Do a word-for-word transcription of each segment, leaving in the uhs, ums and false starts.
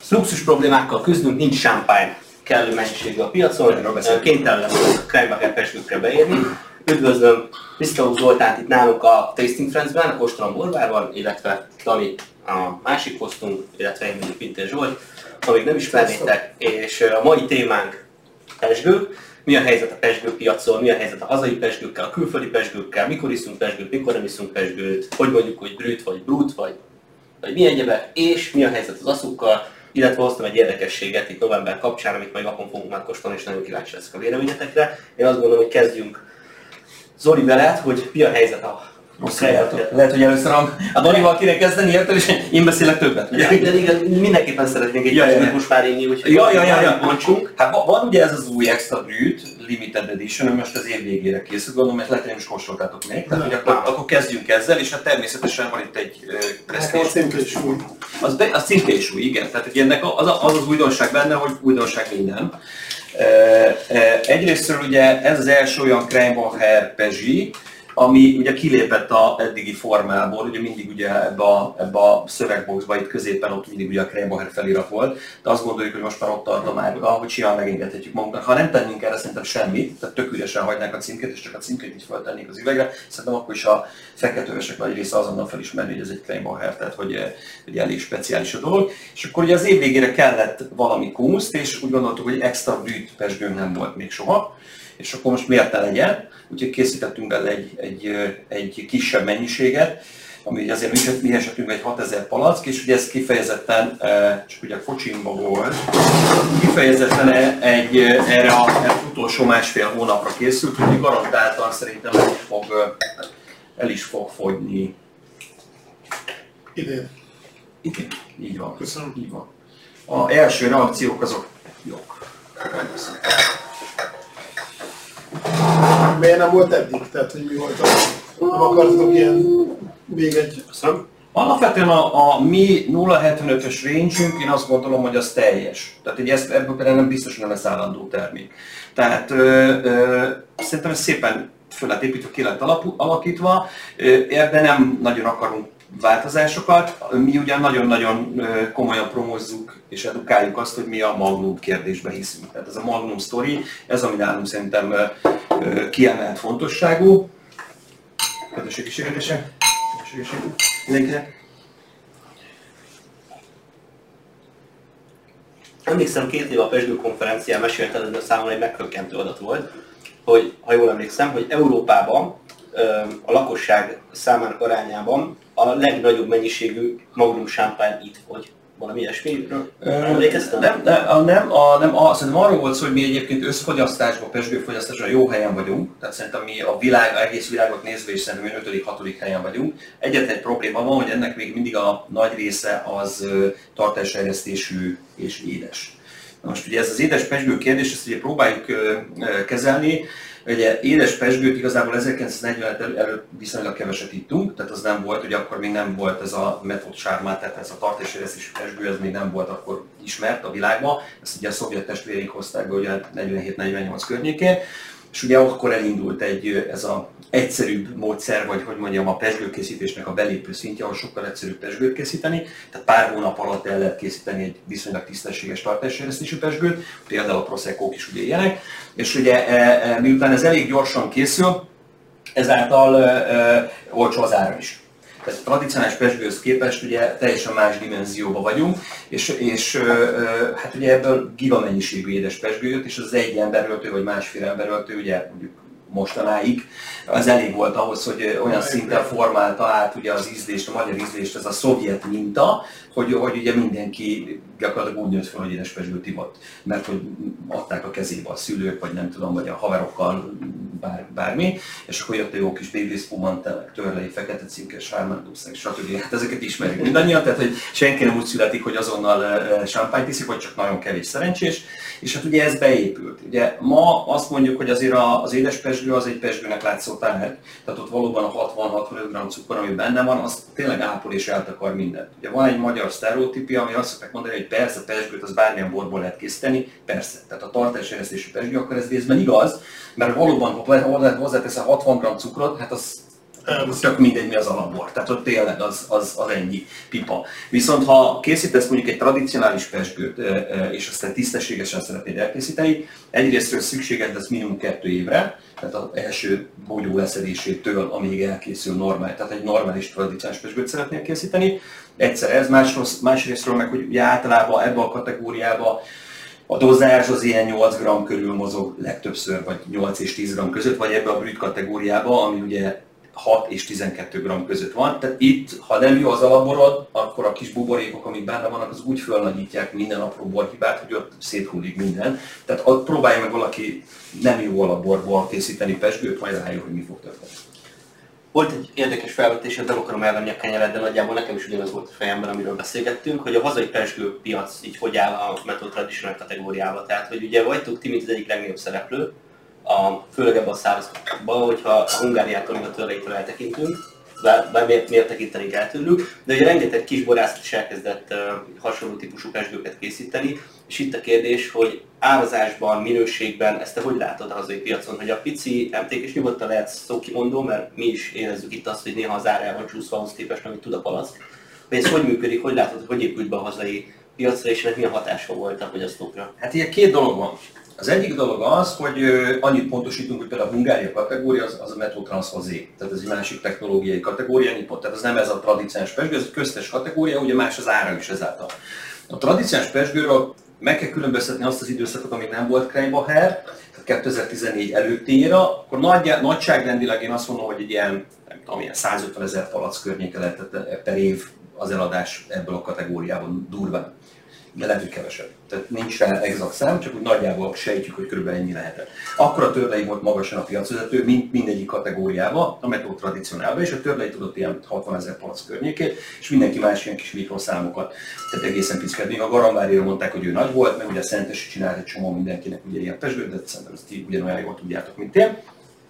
luxus problémákkal küzdünk, nincs champagne kellő mennyiségű a piacon, kénytelen lesz a Kreinbacher pezsgőkre beérni. Üdvözlöm Pisztaó Zoltánt itt nálunk a Tasting Friends-ben, a Kóstolom Borvárban, illetve Dani a másik posztunk, illetve én mindig Pintér Zsolt, amíg nem ismernétek, és a mai témánk pezsgők. Mi a helyzet a pezsgőpiacon, mi a helyzet a hazai pezsgőkkel, a külföldi pezsgőkkel, mikor iszunk pezsgőt, mikor nem iszunk pezsgőt, hogy mondjuk, hogy brüt vagy brut, vagy, vagy mi egyebek, és mi a helyzet az asszukkal, illetve hoztam egy érdekességet itt november kapcsán, amit majd vakon fogunk megkóstolni, és nagyon kíváncsi leszek a véleményetekre. Én azt gondolom, hogy kezdjünk Zoli veled, hogy mi a helyzet a Rossz lehet, lehet, hogy először a, a Danival kéne kezdeni, érted, és én beszélek többet. Ja, igen, igen, mindenképpen szeretnénk egy ja, ja, most már inni, úgyhogy ja, ja, ja, ja. Bontsunk. Hát van ugye ez az új Extra Brut Limited Edition, most az év végére készül, gondolom, mert lehet, hogy nem is kóstoltátok még. Tehát, hogy akkor, akkor kezdjünk ezzel, és hát természetesen van itt egy presztízs. A címke is új. Az, a címke is új, igen. Tehát hogy ennek az, az az újdonság benne, hogy újdonság minden. Egyrésztről ugye ez az első olyan Kreinbacher pezsi, ami ugye kilépett a eddigi formából, ugye mindig ugye ebbe a, ebbe a szövegboxba itt középen ott mindig ugye a Kreinbacher felirat volt, de azt gondoljuk, hogy most már ott tart a márka, hogy simán megengedhetjük magunknak. Ha nem tennénk erre szerintem semmit, tehát tök üresen hagynánk a címkét, és csak a címkét így feltennénk az üvegre, szerintem akkor is a feketővesek nagy része azonnal felismerni, hogy ez egy Kreinbacher, tehát hogy, hogy elég speciális a dolog. És akkor ugye az év végére kellett valami kunszt, és úgy gondoltuk, hogy Extra Brut pezsgőnk nem volt még soha, és akkor most miért ne legyen? Úgyhogy készítettünk bele egy, egy, egy kisebb mennyiséget, ami azért mi esetünkben egy hatezer palack, és ugye ez kifejezetten, csak ugye a kocsimba volt, kifejezetten egy, erre az utolsó másfél hónapra készült, hogy garantáltan szerintem el is fog, el is fog fogyni. Idén. Igen, így van. Köszönöm. Így van. Az első reakciók azok jók. Miért nem volt eddig? Tehát, hogy mi volt a... Nem akartatok ilyen... Még egy... Köszönöm. Alapvetően a, a mi nulla hetvenötös range-ünk, én azt gondolom, hogy az teljes. Tehát hogy ezt, ebből például nem biztos, hogy nem lesz állandó termék. Tehát ö, ö, szerintem ez szépen föl lett építve, ki lett alakítva, ebben nem nagyon akarunk változásokat. Mi ugyan nagyon-nagyon komolyan promózzuk és edukáljuk azt, hogy mi a Magnum kérdésbe hiszünk. Tehát ez a Magnum Story, ez ami nálunk szerintem kiemelt fontosságú. Kedves egészségedések! Mindenkinek! Emlékszem, két év a Pezsgő konferencián mesélted, de számomra egy meghökkentő adat volt, hogy, ha jól emlékszem, hogy Európában a lakosság számának arányában a legnagyobb mennyiségű Magnum champagne itt fogy. Valami ilyesmiről emlékeztem? Nem, nem, nem, a, nem a, szerintem arról volt szó, hogy mi egyébként összfogyasztásban, pezsgőfogyasztásban jó helyen vagyunk. Tehát szerintem mi a világ, egész világot nézve is szerintem ötödik hatodik helyen vagyunk. Egyetlen egy probléma van, hogy ennek még mindig a nagy része az tartásejlesztésű és édes. Na most ugye ez az édes pezsgő kérdés, ezt ugye próbáljuk kezelni. Ugye édes pezsgőt igazából ezerkilencszáznegyven előtt viszonylag keveset ittunk, tehát az nem volt, hogy akkor még nem volt ez a metód sármát, tehát ez a tartásérezésű pezsgő, ez még nem volt akkor ismert a világban. Ezt ugye a szovjet testvéreink hozták be ugye negyvenhét negyvennyolc környékén, és ugye akkor elindult egy, ez az egyszerűbb módszer, vagy hogy mondjam, a pezsgőkészítésnek a belépő szintje, ahol sokkal egyszerűbb pezsgőt készíteni, tehát pár hónap alatt el lehet készíteni egy viszonylag tisztességes tartásérezésű pezsgőt, például a Proseccók is ugye ilyenek, és ugye e, e, miután ez elég gyorsan készül, ezáltal e, e, olcsó az ára is. Tehát a tradicionális pezsgőhöz képest ugye teljesen más dimenzióban vagyunk, és, és e, e, hát ugye ebből gigamennyiségű édes pezsgő jött, és az egy emberöltő vagy másfél emberöltő, ugye mondjuk mostanáig, az elég volt ahhoz, hogy olyan szinten formálta át ugye az ízlést, a magyar ízlést, ez a szovjet minta, hogy, hogy ugye mindenki gyakorlatilag úgy nőtt fel, hogy édes pezsgőt ivott, mert hogy adták a kezébe a szülők, vagy nem tudom, vagy a haverokkal, bár, bármi, és akkor jött a jó kis Baby Spumant, Törlei, Fekete Címke, Sármán Dubszeg, stb. Hát ezeket ismerjük mindannyian, tehát hogy senki nem úgy születik, hogy azonnal champagne iszik, vagy csak nagyon kevés szerencsés, és hát ugye ez beépült. Ugye ma azt mondjuk, hogy azért az édes pezsgő az egy pezsgőnek látszó tárgy, tehát ott valóban a hatvan-hatvanöt gramm cukor, ami benne van, az tényleg ápol és eltakar mindent. Ugye van egy magyar sztereotípia, ami azt szokták mondani, hogy persze pezsgőt az bármilyen borból lehet készíteni, persze. Tehát a tartáseresztésű pezsgő, akkor ez részben igaz, mert valóban, ha hozzáteszel hatvan gramm cukrot, hát az Tök mindegy, mi az alapbor. Tehát ott tényleg az, az, az ennyi pipa. Viszont ha készítesz mondjuk egy tradicionális pezsgőt, és aztán tisztességesen szeretnéd elkészíteni, egyrésztről szükséged lesz minimum kettő évre, tehát az első bogyó leszedésétől, amíg elkészül normál, tehát egy normális tradicionális pezsgőt szeretnél készíteni. Egyszer ez, másrésztről meg, hogy ugye általában ebbe a kategóriába a dozázs az ilyen nyolc gramm körül mozog legtöbbször, vagy nyolc és tíz gramm között, vagy ebbe a brüt kategóriába, ami ugye hat és tizenkettő gramm között van. Tehát itt, ha nem jó az alapborod, akkor a kis buborékok, amik benne vannak, az úgy fölnagyítják minden apró borhibát, hogy ott széthullik minden. Tehát ott próbálja meg valaki nem jó alapborból készíteni pezsgőt, majd rájön, hogy mi fog történni. Volt egy érdekes felvetés, nem akarom elvenni a kenyered, de nagyjából nekem is ugyanaz volt a fejemben, amiről beszélgettünk, hogy a hazai pezsgőpiac így hogy áll a Method Traditional kategóriába. Tehát, hogy ugye vagytok ti, mint az egyik legnagyobb szereplő, a, főleg ebben a szárazban, hogyha a Hungáriától, még a Törleitől eltekintünk, bár miért, miért tekinteni kell tőlük, de ugye rengeteg kis borászat is elkezdett uh, hasonló típusú pezsgőket készíteni, és itt a kérdés, hogy árazásban, minőségben ezt te hogy látod a hazai piacon, hogy a pici em té-k, és nyugodtan lehet szókimondó, mert mi is érezzük itt azt, hogy néha az árával csúszva ahhoz képest, amit tud a palack. Hogy ez hogy működik, hogy látod, hogy épült be a hazai piacra, és ennek milyen hatása volt a fogyasztókra? Hát ilyen két dolog van. Az egyik dolog az, hogy uh, annyit pontosítunk, hogy például a Hungária kategória az, az a Metro Transfazé, tehát ez egy másik technológiai kategória, tehát ez nem ez a tradicionális pezsgő, ez egy köztes kategória, ugye más az ára is ezáltal. A tradicionális pezsgőről meg kell különböztetni azt az időszakot, amíg nem volt Kreinbacher, tehát kétezer-tizennégy előtti éra, akkor nagy, nagyságrendileg én azt mondom, hogy egy ilyen, nem tudom, ilyen százötven ezer palack környéke lehetett per év az eladás ebből a kategóriában durván. De lehet, hogy kevesebb. Tehát nincs rá exakt szám, csak úgy nagyjából sejtjük, hogy körülbelül ennyi lehetett. Akkor a Törlei volt magasan a piacvezető, mind, mindegyik kategóriában, a Metro Tradicionálban, és a Törlei tudott ilyen hatvanezer palack környékét, és mindenki más ilyen kis mikroszámokat, tehát egészen piszkelt. Még a Garambárira mondták, hogy ő nagy volt, meg ugye a Szentesi csinált egy csomó mindenkinek ugye ilyen pezsgőt, de szerintem ezt ti ugyanolyan jól tudjátok, mint én.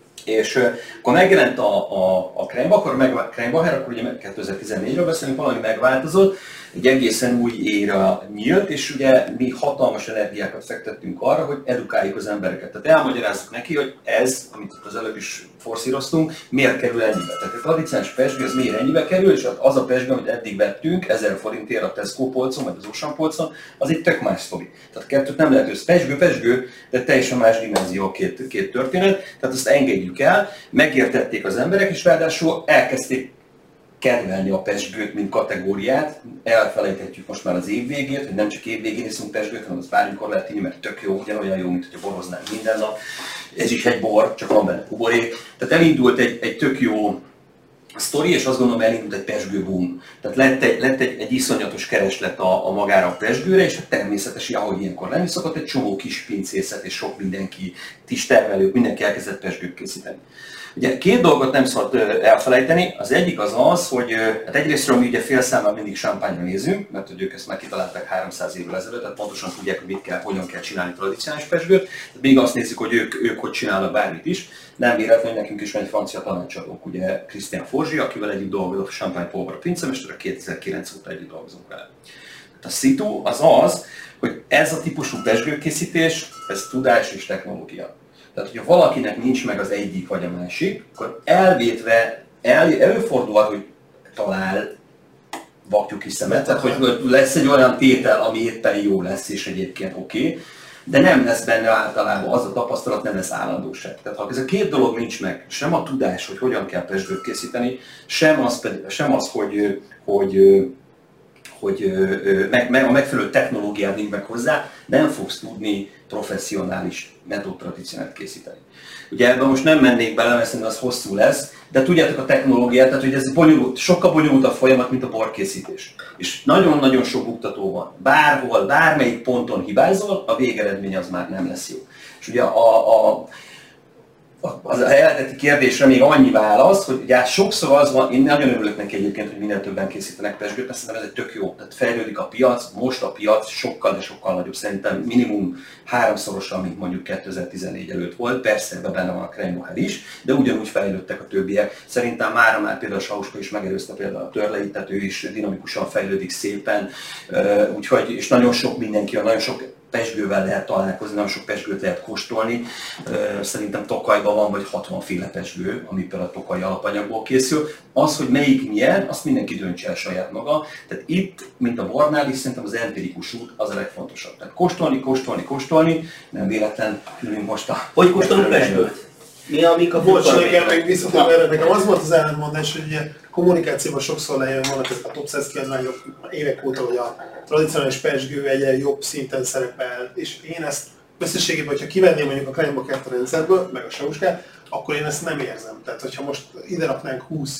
És uh, akkor megjelent a, a, a Kreinbacher, akkor ugye kétezer-tizennégyről beszélünk, valami megváltozott, egy egészen új éra nyílt, és ugye mi hatalmas energiákat fektettünk arra, hogy edukáljuk az embereket. Tehát elmagyarázzuk neki, hogy ez, amit az előbb is forszíroztunk, miért kerül ennyibe. Tehát a tradicionális pezsgő az miért ennyibe kerül, és az a pezsgő, amit eddig vettünk, ezer forintért a Tesco polcon, vagy az Auchan polcon, az egy tök más sztori. Tehát kettőt nem lehet össze. Pezsgő, pezsgő, de teljesen más dimenzió a két, két történet. Tehát azt engedjük el, megértették az emberek, és ráadásul elkezdték kedvelni a pezsgőt, mint kategóriát. Elfelejthetjük most már az év végét, hogy nem csak év végén iszunk pezsgőt, hanem az bármikor lehet inni, mert tök jó, ugyanolyan jó, mint hogyha boroznánk minden nap. Ez is egy bor, csak van benne buborék. Tehát elindult egy, egy tök jó sztori, és azt gondolom elindult egy pezsgő boom. Tehát lett egy, lett egy, egy iszonyatos kereslet a, a magára a pezsgőre, és természetesen, ahogy ilyenkor lenni szokott, egy csomó kis pincészet és sok mindenki, kis termelők, mindenki elkezdett pezsgőt készíteni. Ugye két dolgot nem szabad elfelejteni, az egyik az az, hogy hát egyrésztről mi ugye félszámmal mindig champagne-ra nézünk, mert hogy ők ezt már kitalálták háromszáz évvel ezelőtt, tehát pontosan tudják, hogy mit kell, hogyan kell csinálni tradicionális pezsgőt, tehát még azt nézzük, hogy ők, ők hogy csinálnak bármit is. Nem véletlenül nekünk is van egy francia tanácsadónk, ugye Christian Forgy, akivel együtt dolgozott a Champagne Polvar pincemester, a kétezer-kilenc óta együtt dolgozunk vele. Tehát a szitu az az, hogy ez a típusú pezsgőkészítés, ez tudás és technológia. Tehát, hogyha valakinek nincs meg az egyik vagy a másik, akkor elvétve el, előfordul, hogy talál vakjuk is szemet, tehát hogy lesz egy olyan tétel, ami éppen jó lesz, és egyébként oké, okay, de nem lesz benne általában az a tapasztalat, nem lesz állandóság. Tehát ha ez a két dolog nincs meg, sem a tudás, hogy hogyan kell pezsgőt készíteni, sem az, pedig, sem az hogy, hogy, hogy meg, meg, a megfelelő technológiád nincs meg hozzá, nem fogsz tudni professzionális metód tradicionált készíteni. Ugye ebben most nem mennék bele, mert szerintem az hosszú lesz, de tudjátok a technológiát, tehát hogy ez bonyolult, sokkal bonyolultabb folyamat, mint a borkészítés. És nagyon-nagyon sok buktató van. Bárhol, bármelyik ponton hibázol, a végeredmény az már nem lesz jó. És ugye a, a az eredeti kérdésre még annyi válasz, hogy ugye sokszor az van, én nagyon örülök neki egyébként, hogy minél többen készítenek pezsgőt, mert szerintem ez egy tök jó. Tehát fejlődik a piac, most a piac sokkal, de sokkal nagyobb, szerintem minimum háromszorosan, mint mondjuk kétezer-tizennégy előtt volt, persze ebben benne van a Kreinbacher is, de ugyanúgy fejlődtek a többiek. Szerintem mára már például a Sauska is megelőzte például a Törleit, ő is dinamikusan fejlődik szépen, úgyhogy, és nagyon sok mindenki, nagyon sok pezsgővel lehet találkozni, nem sok pezsgőt lehet kóstolni. Szerintem Tokajban van vagy hatvan féle pezsgő, ami például a tokaji alapanyagból készül. Az, hogy melyik milyen, azt mindenki döntse el saját maga. Tehát itt, mint a bornál is, szerintem az empirikus út az a legfontosabb. Tehát kóstolni, kóstolni, kóstolni, nem véletlen ülünk most a... Hogy kóstolunk pezsgőt? Mi a mik a Bocs, nekem még visszatérve erre, nekem az volt az ellentmondás, hogy ugye kommunikációban sokszor lejön, vannak ezek a top száz kiadványok évek óta, hogy a tradicionális pezsgő egyre jobb szinten szerepel, és én ezt összességében, hogyha kivenném mondjuk a Kreinbachert a rendszerből, meg a Sauskát, akkor én ezt nem érzem. Tehát, hogyha most ide raknánk húsz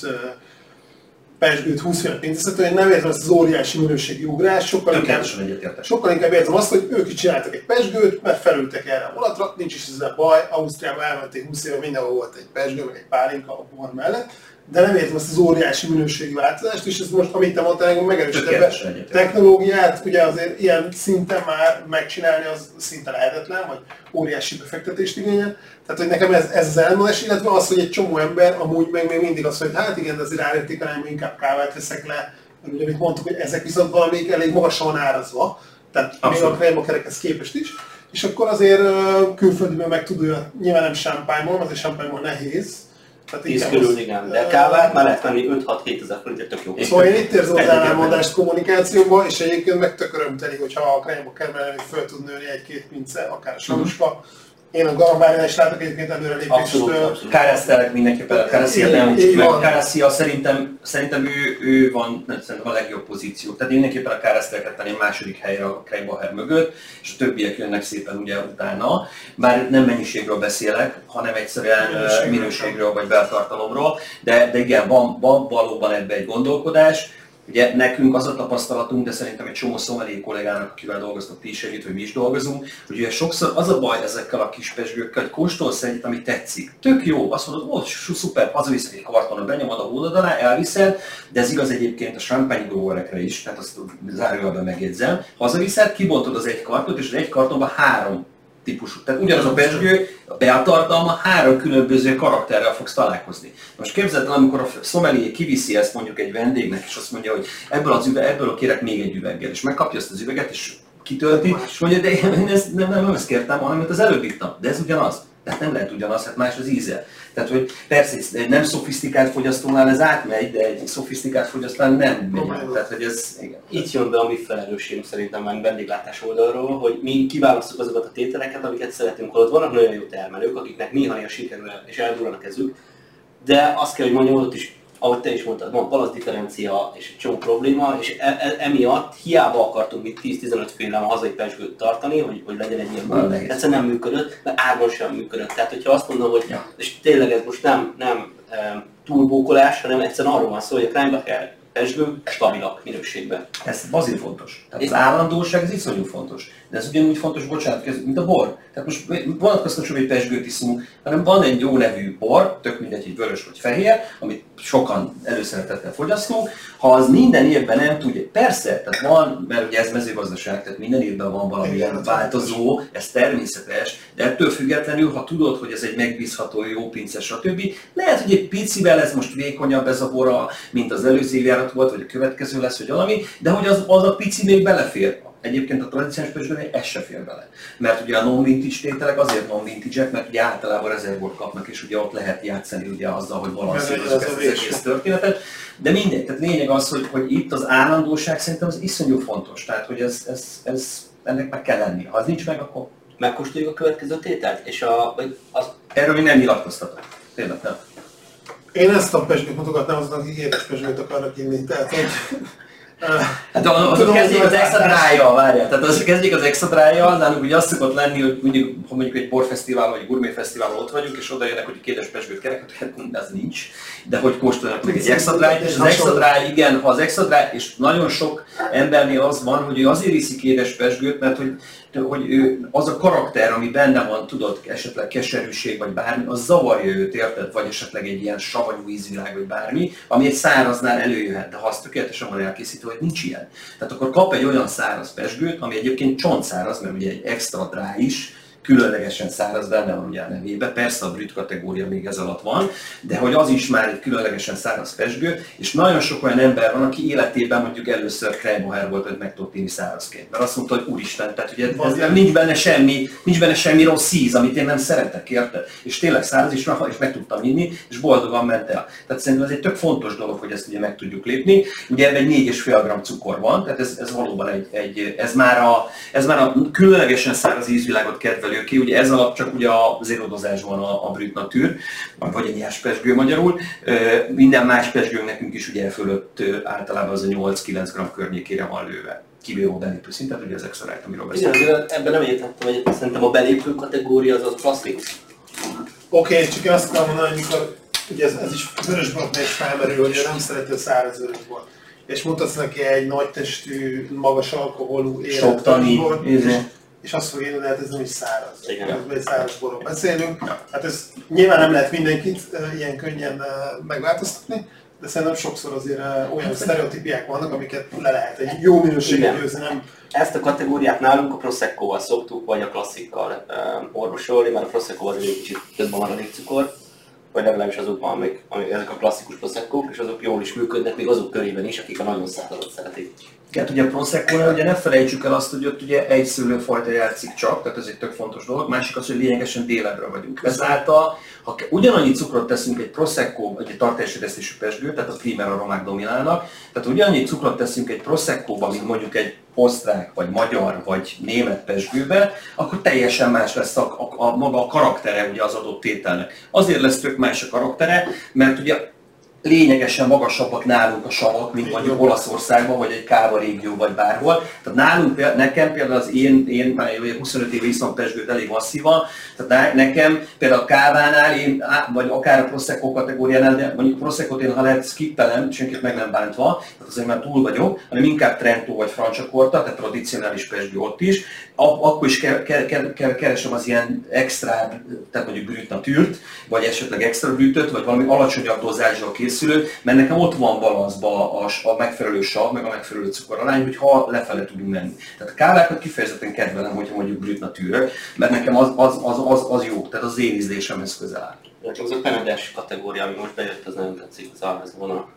pezsgőt, húszféle pincészetől, én nem érzem ezt az óriási minőségi ugrást, sokkal inkább, sokkal inkább érzem azt, hogy ők is csináltak egy pezsgőt, mert felültek erre a vonatra, nincs is ezzel baj, Ausztriába elmenték húsz éve, mindenhol volt egy pezsgő, meg egy pálinka a bor mellett, de nem értem ezt az óriási minőségi változást, és ez most, amit te mondtál, engem megerősített technológiát, ugye azért ilyen szinten már megcsinálni az szinte lehetetlen, vagy óriási befektetést igényel. Tehát, hogy nekem ez, ez az elmondás, illetve az, hogy egy csomó ember amúgy meg még mindig az, hogy hát igen, de azért árértékelem, inkább kávát veszek le, mert ugye amit mondtuk, hogy ezek viszont valamelyik elég magasan van árazva, tehát abszolút. Még a Kreinbacherekhez képest is. És akkor azért külföldiből meg tudja, nyilván nem champagne-ból, azért champagne-ból nehéz. tíz körül, igen, de kávát már lehet venni öt-hat-hét ezer forintért, tök jó. Szóval én itt érzem az ellenmondást kommunikációban, és egyébként meg tök örömteli, hogyha a Kreinbacherben föl tud nőni egy-két pince, akár a Sauska. Én a Galambárinál is látok egyébként előrelépést. Káresztelek mindenképpen, Káreszia nem meg. Káreszia szerintem, szerintem ő, ő van nem, szerintem a legjobb pozíció. Tehát én mindenképpen a Káreszteleket tenném második helyre a Kreinbacher mögött, és a többiek jönnek szépen ugye utána. Bár nem mennyiségről beszélek, hanem egyszerűen minőségről, minőségről vagy beltartalomról. De, de igen, van, van valóban ebbe egy gondolkodás. Ugye nekünk az a tapasztalatunk, de szerintem egy csomó szomelié kollégának, akivel dolgoztak ti is együtt, hogy mi is dolgozunk, hogy ugye sokszor az a baj ezekkel a kis pezsgőkkel, hogy kóstolsz egyet, ami tetszik. Tök jó, azt mondod, ó, szuper, hazaviszed egy kartonon, benyomod a hódod alá, elviszed, de ez igaz egyébként a champagne growerekre is, tehát azt zárójelben megjegyzem. Hazaviszed, kibontod az egy kartot, és az egy kartonban három típusú. Tehát ugyanaz a pezsgő, a beltartalma három különböző karakterrel fogsz találkozni. Most képzeld el, amikor a szomelié kiviszi ezt mondjuk egy vendégnek, és azt mondja, hogy ebből az üveg, ebből kérek még egy üveggel, és megkapja ezt az üveget, és kitölti, és mondja, de én ezt, nem, nem, nem ezt kértem, hanem amit az előbb ittam. De ez ugyanaz. Tehát nem lehet ugyanaz, hát más az íze. Tehát, hogy persze egy nem szofisztikált fogyasztónál ez átmegy, de egy szofisztikált fogyasztónál nem megy. Tehát, hogy ez, igen. Itt jön be a mi felelősségünk szerintem már vendéglátás oldalról, hogy mi kiválasztjuk azokat a tételeket, amiket szeretünk, holott vannak nagyon jó termelők, akiknek néha-néha sikerül és eldurran a kezük, de azt kell, hogy mondjam, ott is, ahogy te is mondtad, van palasz differencia és egy csomó probléma, és e- e- emiatt hiába akartunk itt tíz-tizenöt féle hazai pezsgőt tartani, hogy, hogy legyen egy ilyen bőr, egyszerűen nem működött, mert árban sem működött. Tehát, hogyha azt mondom, hogy ja. És tényleg ez most nem, nem e, túlbókolás, hanem egyszerűen arról van szó, hogy a Kreinbacher pezsgők stabilak minőségben. Ez azért fontos. Tehát az állandóság ez iszonyú fontos. De ez ugyanúgy fontos, bocsánat, mint a bor. Tehát most vonatkoztatva csak egy pezsgőt iszunk, hanem van egy jó nevű bor, tök mindegy, egy vörös vagy fehér, amit sokan előszeretettel fogyasztunk. Ha az minden évben nem tudja, persze, tehát van, mert ugye ez mezőgazdaság, tehát minden évben van valamilyen változó, ez természetes, de ettől függetlenül, ha tudod, hogy ez egy megbízható, jó pince, stb. Lehet, hogy egy picivel ez most vékonyabb ez a bora, mint az előző évjárat volt, vagy a következő lesz, vagy valami, de hogy az, az a pici még belefér. Egyébként a tradicionális pezsgőnél ez se fér bele. Mert ugye a non-vintage tételek azért non-vintage-ek, mert ugye általában rezervort kapnak, és ugye ott lehet játszani ugye azzal, hogy balanszírozzuk ezt az egész történetet. De mindegy, tehát lényeg az, hogy, hogy itt az állandóság szerintem az iszonyú fontos. Tehát, hogy ez, ez, ez, ennek meg kell lenni. Ha az nincs meg, akkor... Megkóstoljuk a következő tételt? És a, az... Erről még nem nyilatkoztatok. Tényleg nem. Én ezt a pezsgőt mutogatnám azoknak, akik édes pezsgőt akarnak inni. Tehát, hogy... Hát azok kezdjék az extra dry-jal, várjál. Tehát azok kezdjék az extra dry-jal, nálunk ugye azt szokott lenni, hogy mondjuk, ha mondjuk egy borfesztivál vagy egy gurméfesztiválon ott vagyunk, és oda jönnek, hogy kédes pezsgőt kerek, hát ez nincs. De hogy kóstolnak meg egy extra dry-t, és az extra dry, igen, ha az extra dry, és nagyon sok embernél az van, hogy ő azért iszik édes pezsgőt, mert hogy hogy ő, az a karakter, ami benne van, tudod, esetleg keserűség vagy bármi, az zavarja őt, érted? Vagy esetleg egy ilyen savanyú ízvilág vagy bármi, ami egy száraznál előjöhet, de ha az tökéletesen van elkészítve, hogy nincs ilyen. Tehát akkor kap egy olyan száraz pezsgőt, ami egyébként csontszáraz, mert ugye egy extra dry is, különlegesen száraz, benne van ugye a nevében, persze a brüt kategória még ez alatt van, de hogy az is már egy különlegesen száraz pezsgő, és nagyon sok olyan ember van, aki életében mondjuk először Krejmoher volt, hogy meg tudott inni szárazként. Mert azt mondta, hogy úristen, tehát ugye ez, ez nincs benne semmi, nincs benne semmi rossz íz, amit én nem szeretek, érted? És tényleg száraz is van, és meg tudtam inni, és boldogan ment el. Tehát szerintem ez egy tök fontos dolog, hogy ezt ugye meg tudjuk lépni. Ugye ebben négy és fél gramm cukor van, tehát ez, ez valóban egy, egy ez, már a, ez már a különlegesen száraz ízvilágot kedvelő ki, ugye ez alatt csak ugye a zérodozás van a, a brüt natúr, vagy egy nyers pezsgő magyarul. Minden más pezsgő nekünk is ugye fölött általában az a nyolc-kilenc gramm környékére van lőve. Kivéve a belépő szintet, ugye az extra right, amiről beszélünk. Igen, ebben nem értettem, hogy szerintem a belépő kategória az a klasszik. Oké, okay, csak azt kell mondani, amikor ugye ez, ez is vörösboroknál is felmerül, hogy nem szereti a száraz vörösbort. És mutatsz neki egy nagy testű, magas alkoholú életvörösbort, és, és azt fogja írni, hogy hát ez nem is száraz. Igen. Egy száraz borról beszélünk. Ja. Hát ez nyilván nem lehet mindenkit uh, ilyen könnyen uh, megváltoztatni, de szerintem sokszor azért uh, olyan sztereotípiák vannak, amiket le lehet egy jó minőséget győzni, nem... Ezt a kategóriát nálunk a Prosecco-val szoktuk, vagy a klasszikkal uh, orvosolni, mert a Prosecco az egy kicsit több a maradékcukor, vagy legalábbis azokban, amik, amik ezek a klasszikus Prosecco-k, és azok jól is működnek, még azok körében is, akik a nagyon szárazat szeretik. Hát ugye a Prosecco-nál ugye ne felejtsük el azt, hogy ott ugye egy szőlőfajta játszik csak, tehát ez egy tök fontos dolog, másik az, hogy lényegesen délebbre vagyunk. Ezáltal, ha ugyanannyi cukrot teszünk egy Prosecco, vagy egy tartályserjesztésű pezsgő, tehát a primer aromák dominálnak, tehát ugyanannyi cukrot teszünk egy Prosecco-ba, mint mondjuk egy osztrák, vagy magyar, vagy német pezsgőbe, akkor teljesen más lesz a, a, a maga a karaktere ugye az adott tételnek. Azért lesz tök más a karaktere, mert ugye lényegesen magasabbak nálunk a savak, mint mondjuk Olaszországban, vagy egy káva régió, vagy bárhol. Tehát nálunk, nekem például az én, én már huszonöt éve iszom pezsgőt elég masszívan, tehát nekem például a kávánál, én, vagy akár a Prosecco kategóriánál, de mondjuk Proseccot én ha lehet skippelem, senkit meg nem bántva, tehát azért már túl vagyok, hanem inkább Trento vagy Franciacorta, tehát tradicionális pezsgő ott is, akkor is ke, ke, ke, keresem az ilyen extra, tehát mondjuk brüt natúrt, vagy esetleg extra brütöt, vagy valami alacsonyabb dózázsal készülő, mert nekem ott van balanszba a, a megfelelő sav, meg a megfelelő cukorarány, hogy ha lefele tudunk menni. Tehát a kávákat kifejezetten kedvelem, hogyha mondjuk brüt natúrök, mert nekem az, az, az, az, az jó, tehát az én ízlésemhez közel áll. Csak az a penedes kategória, ami most bejött, az nagyon tetszik, az arra vonal.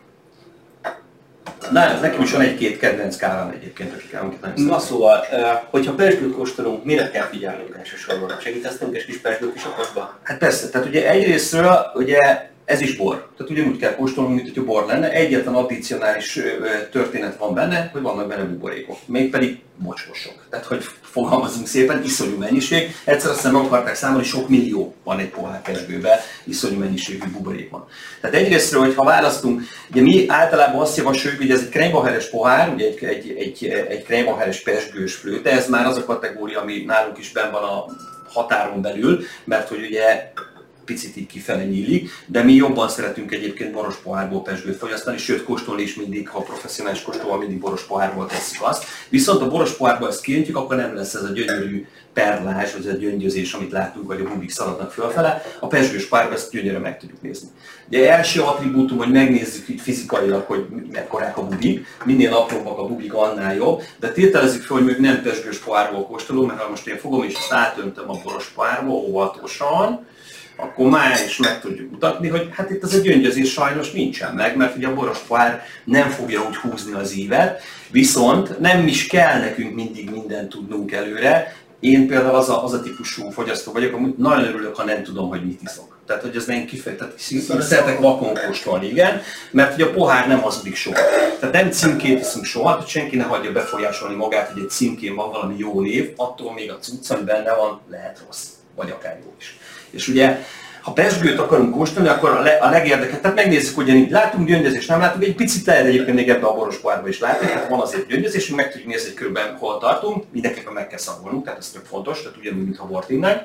Na, nekem is van egy-két kedvenc kávám egyébként, akik amiket nem Na szóval, hogyha pezsgőt kóstolunk, mire kell figyelnünk elsősorban? Segítesztünk egy kis pezsgőt is a kosba? Hát persze, tehát ugye egyrésztről ugye ez is bor. Tehát ugyanúgy kell kóstolnunk, mint hogyha bor lenne. Egyetlen addicionális történet van benne, hogy vannak benne buborékok. Mégpedig mocskosok. Tehát, hogy fogalmazunk szépen, iszonyú mennyiség. Egyszer azt hiszem meg akarták számolni, sok millió van egy pohár pezsgőben, iszonyú mennyiségű buborék van. Tehát egyrésztről, hogyha választunk, ugye mi általában azt javasoljuk, hogy ez egy krejmaheres pohár, ugye egy, egy, egy, egy krejmaheres pezsgős flőte, ez már az a kategória, ami nálunk is benn van a határon belül, mert hogy ugye picit így kifele nyílik, de mi jobban szeretünk egyébként boros pohárból pezsgőt fogyasztani, sőt kóstolni is mindig, ha professzionális kóstolva, mindig boros pohárból tesszük azt. Viszont a boros pohárból ezt kiöntjük, akkor nem lesz ez a gyönyörű perlás, vagy ez a gyöngyözés, amit látunk, vagy a bubik szaladnak fölfele. A pezsgős pohárból ezt gyönyörűen meg tudjuk nézni. Ugye első attribútum, hogy megnézzük így fizikailag, hogy mekkorák a bubik, minél apróbbak a bubik, annál jobb, de tételezzük fel, hogy még nem pezsgős pohárból kóstolunk, mert ha most én fogom és ezt átöntöm a boros pohárba óvatosan, akkor már is meg tudjuk mutatni, hogy hát itt az a gyöngyözés sajnos nincsen meg, mert ugye a boros pohár nem fogja úgy húzni az ívet, viszont nem is kell nekünk mindig mindent tudnunk előre. Én például az a, az a típusú fogyasztó vagyok, amit nagyon örülök, ha nem tudom, hogy mit iszok. Tehát, hogy ez nem kifejezett, szeretek vakon kóstolni, igen, mert ugye a pohár nem hazudik soha. Tehát nem címkét iszunk soha, hogy senki ne hagyja befolyásolni magát, hogy egy címkén van valami jó név, attól még a cucc, ami benne van, lehet rossz, vagy akár jó is. És ugye, ha pezsgőt akarunk kóstolni, akkor a, le, a legérdekesebb, tehát megnézzük, hogy így látunk gyöngyözést, nem látunk, egy picit lehet egyébként még ebbe a boros pohárba is látni, tehát van azért gyöngyözés, hogy meg tudjuk nézni, hogy körülbelül hol tartunk, mindenképpen meg kell szagolnunk, tehát ez tök fontos, tehát ugyanúgy, mintha bort innánk.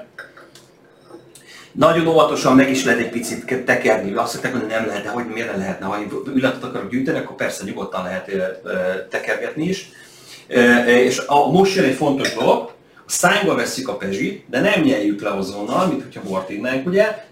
Nagyon óvatosan meg is lehet egy picit tekerni, azt mondták, hogy nem lehet, de hogy miért ne lehetne, ha ületet akarok gyűjteni, akkor persze nyugodtan lehet tekergetni is. És a, most jön egy fontos dolog, a szányba vesszük a pezsit, de nem nyeljük le azonnal, mint hogyha bort innánk, ugye?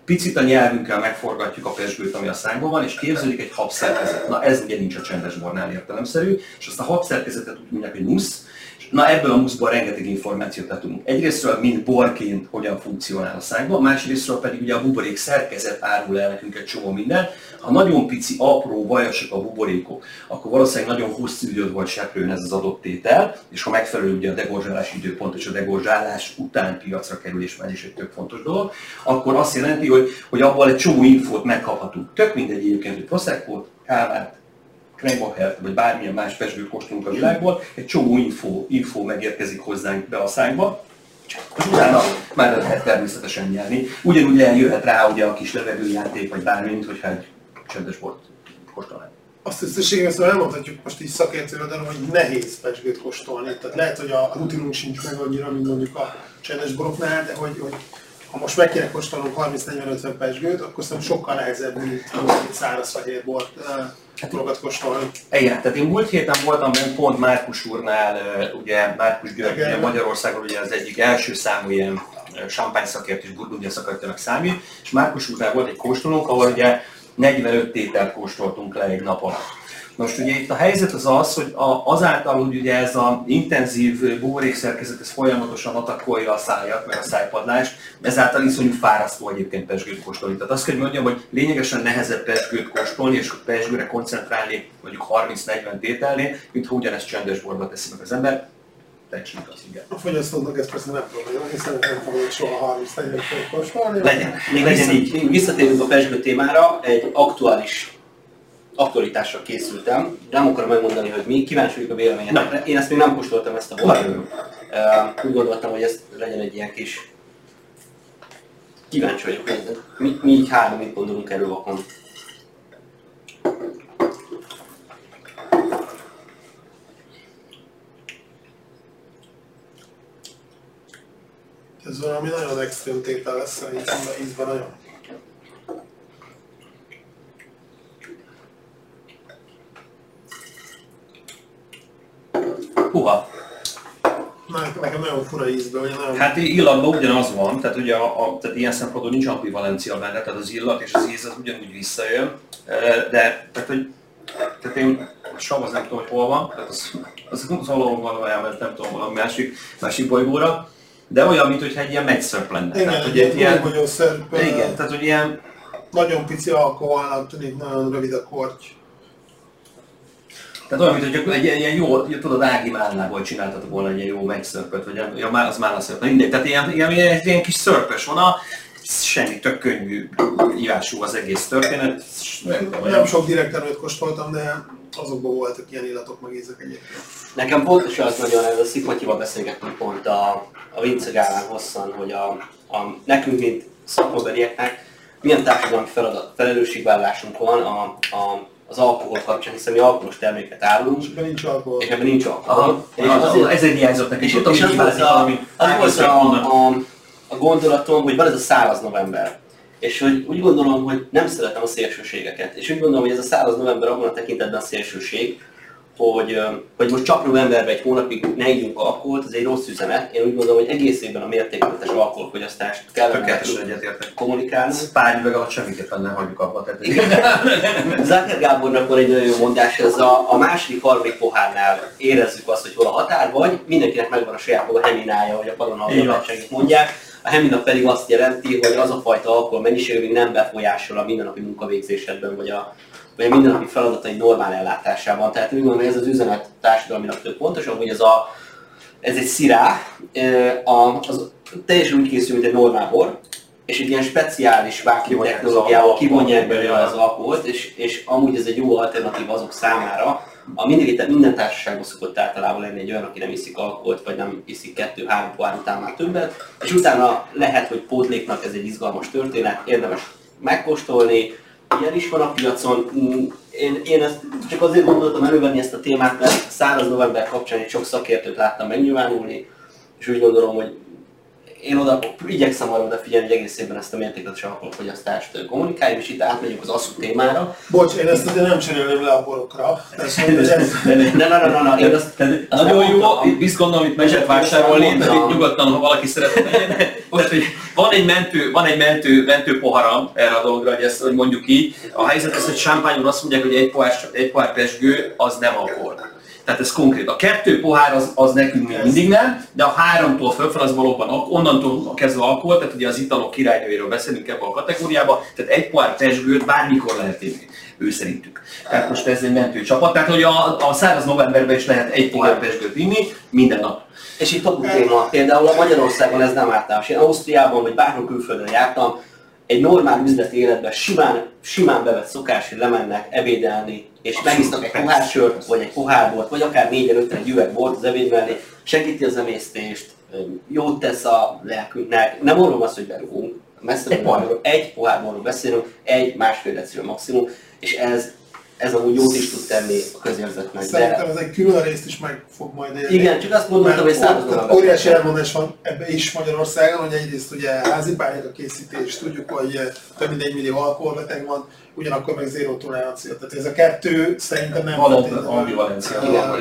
Picit a nyelvünkkel megforgatjuk a pezsgőt, ami a szánkban van, és képződik egy habszerkezet. Na ez ugye nincs a csendes bornál értelemszerű, és azt a habszerkezetet úgy mondják, hogy musz. Na ebből a muszból rengeteg információt tudunk. Egyrésztről, mint borként hogyan funkcionál a szánkban, másrésztről pedig ugye a buborék szerkezet árul el nekünk egy csomó mindent. Ha nagyon pici, apró, vajasak a buborékok, akkor valószínűleg nagyon hosszú időt volt seprőn ez az adott tétel, és ha megfelelő ugye a degorzsálási időpont és a degorzsálás után piacra kerülés, már is egy tök fontos dolog, akkor azt jelenti, hogy, hogy abból egy csomó infót megkaphatunk. Tök mindegy egyébként, hogy Proseccót, kávát, Kremachert, vagy bármilyen más pezsgőt kóstolunk a világból, egy csomó info, info megérkezik hozzánk be a szánkba, és utána már lehet természetesen nyerni. Ugyanúgy eljöhet rá ugye a kis levegőjáték, vagy bármint, hogyha egy csendes bort kóstolnánk. Azt összességében szóval elmondhatjuk most így szakértő oldalon, hogy nehéz pezsgőt kóstolni. Tehát lehet, hogy a rutinunk sincs meg annyira, mint mondjuk a csendes boroknál, de hogy, hogy ha most meg kéne kóstolnunk harminc-negyven-ötven pezsgőt, akkor szerintem sokkal nehezebb, mint egy száraz fehér bort borokat kóstolni. Igen, tehát én múlt héten voltam pont Márkus úrnál, ugye Márkus György ugye Magyarországon ugye az egyik első számú ilyen champagne szakértő és burgundia szakértőnek számít, és Márkus úrnál volt egy kóstolónk, ahol ugye negyvenöt tételt kóstoltunk le egy nap alatt. Most ugye itt a helyzet az az, hogy azáltal, hogy ugye ez az intenzív buborékszerkezet ez folyamatosan atakkolja a szájat, meg a szájpadlást, ezáltal iszonyú fárasztó egyébként pezsgőt kóstolni. Tehát azt kell mondjam, hogy lényegesen nehezebb pezsgőt kóstolni, és pezsgőre koncentrálni mondjuk harminc-negyven tételnél, mint ha ugyanezt csendes borba teszi meg az ember. Teljesen igaz, igen. A fogyasztónak ez persze nem probléma, hiszen nem fogok soha harminc-negyven kóstolni. Legyen, még legyen így. Visszatérünk a pezsgő témára, egy aktuális aktualitásra készültem. Nem akarom megmondani, hogy mi, kíváncsi vagyok a véleményedre. Én ezt még nem kóstoltam, ezt a bort. Uh, úgy gondoltam, hogy ez legyen egy ilyen kis... Kíváncsi vagyok, hogy mi, mi így három mit gondolunk erről vakon. Ez valami nagyon extrém tétel lesz szerintem, de ízben nagyon. Puha. Nekem nagyon fura ízben, vagy nagyon... Hát illatban ugyanaz van, tehát, ugye a, a, tehát ilyen szempontból nincs ambivalencia benne, tehát az illat és az íz az ugyanúgy visszajön, de tehát, hogy, tehát én sav az nem tudom, hogy hol van, tehát az, az, az valahol van elment, nem tudom, valami másik, másik bolygóra, de olyan, mintha egy ilyen megyszörp lenne. Igen, tehát, egy hogy ilyen nagyon szörp. Igen, tehát hogy ilyen... Nagyon pici alkoholnak tűnik, nagyon rövid a korty. Tehát olyan, mint hogy egy ilyen jó, tudod, Ági Málnából csináltatok volna egy ilyen jó megszörpöt, vagy ja, az Málna szörp, na mindegy. Tehát ilyen, ilyen, ilyen, ilyen kis szörpös van, a, semmi, tök könnyű ívású az egész történet. Nem, nem, nem sok direkt erőt kóstoltam, de azokban voltak ilyen illatok, meg ízek egyébként. Nekem pontosan az nagyon, ez a Szipotyival beszélgettünk pont a, a Vince Gálán hosszan, hogy a, a, nekünk, mint szakmabelieknek milyen társadalmi feladat, felelősségvállalásunk van a, a az alkohol kapcsán, hiszen mi alkoholos terméket árulunk. És ebben nincs alkohol. És ebben nincs alkohol. És azért, ezért hiányzott neki. És, és az volt a, az a, a, a gondolatom, hogy van ez a száraz november. És hogy úgy gondolom, hogy nem szeretem a szélsőségeket. És úgy gondolom, hogy ez a száraz november abban a tekintetben a szélsőség, hogy, hogy most csak novemberben egy hónapig ne ígyunk alkoholt, ez egy rossz üzenet. Én úgy gondolom, hogy egész évben a mértékletes alkoholfogyasztást kellene kommunikálni. Pár üveg alatt semmiképpen nem hagyjuk abba. Záker Gábornak van egy nagyon jó mondás, ez a, a második, harmadik pohárnál érezzük azt, hogy hol a határ, vagy mindenkinek megvan a saját maga heminája, vagy a palonalmatságnak mondják. A hemina pedig azt jelenti, hogy az a fajta alkohol mennyiség még nem befolyásol a mindennapi munkavégzésedben, vagy a vagy a mindennapi feladatai normál ellátásában. Tehát úgy gondolom, hogy ez az üzenet társadalminak tök fontos, hogy ez, a, ez egy szirá, az teljesen úgy készül, mint egy normál bor, és egy ilyen speciális vákium technológiával kivonják belőle az alkoholt, és, és amúgy ez egy jó alternatív azok számára, a mindig, minden társaságban szokott általában lenni egy olyan, aki nem iszik alkoholt, vagy nem iszik kettő-három pohár után már többet, és utána lehet, hogy pótléknak ez egy izgalmas történet, érdemes megkóstolni. Ilyen is van a piacon. Én, én ezt csak azért gondoltam elővenni ezt a témát, mert száraz november kapcsán egy sok szakértőt láttam megnyilvánulni, és úgy gondolom, hogy én oda igyekszem arra odafigyelni, hogy egész évben ezt a mértékletes alkoholfogyasztást kommunikáljuk, és itt átmegyünk az asszú témára. Bocs, én ezt azért nem cserélném le a borokra. Ne, ne, ne, ne, én azt... Nagyon jó, visz gondolom, itt megyek vásárolni, de itt nyugodtan, ha valaki szeretne menjen. Tehát, hogy van egy mentő, van egy mentő, mentő poharam erre a dologra, hogy ezt hogy mondjuk így. A helyzet az, hogy champagne-on azt mondják, hogy egy pohár, egy pohár pezsgő az nem alkohol. Tehát ez konkrét. A kettő pohár az, az nekünk még mindig nem, de a háromtól fölfel az valóban onnantól kezdve alkohol, tehát ugye az italok királynőjéről beszélünk ebben a kategóriában, tehát egy pohár pezsgőt bármikor lehet inni, ő szerintük. Tehát most ez egy mentő csapat, tehát hogy a, a száraz novemberben is lehet egy pohár pezsgőt inni minden nap. És itt tabu téma, például a Magyarországon ez nem általános. Én Ausztriában vagy bárhol külföldön jártam, egy normál üzleti életben simán, simán bevett szokás, hogy lemennek ebédelni, és megisznak egy pohár sört, vagy egy pohár bort, vagy akár négyen öten egy üveg bort az ebéd mellé, segíti az emésztést, jót tesz a lelkünknek. Nem mondom azt, hogy berúgunk, messze egy, pohár, egy pohár borról beszélünk, egy másfél decilről maximum, és ez ez amúgy jót is tud tenni a közérzetnek. Szerintem ez egy külön részt is meg fog majd érni. Igen, csak azt mondtam, hogy számoznak. Óriási elmondás van ebbe is Magyarországon, hogy egyrészt ugye házi pályák a készítés, tudjuk, hogy több mint egy millió alkoholbeteg van, ugyanakkor meg zéró tolerancia. Tehát ez a kettő szerintem nem van ambivalencia.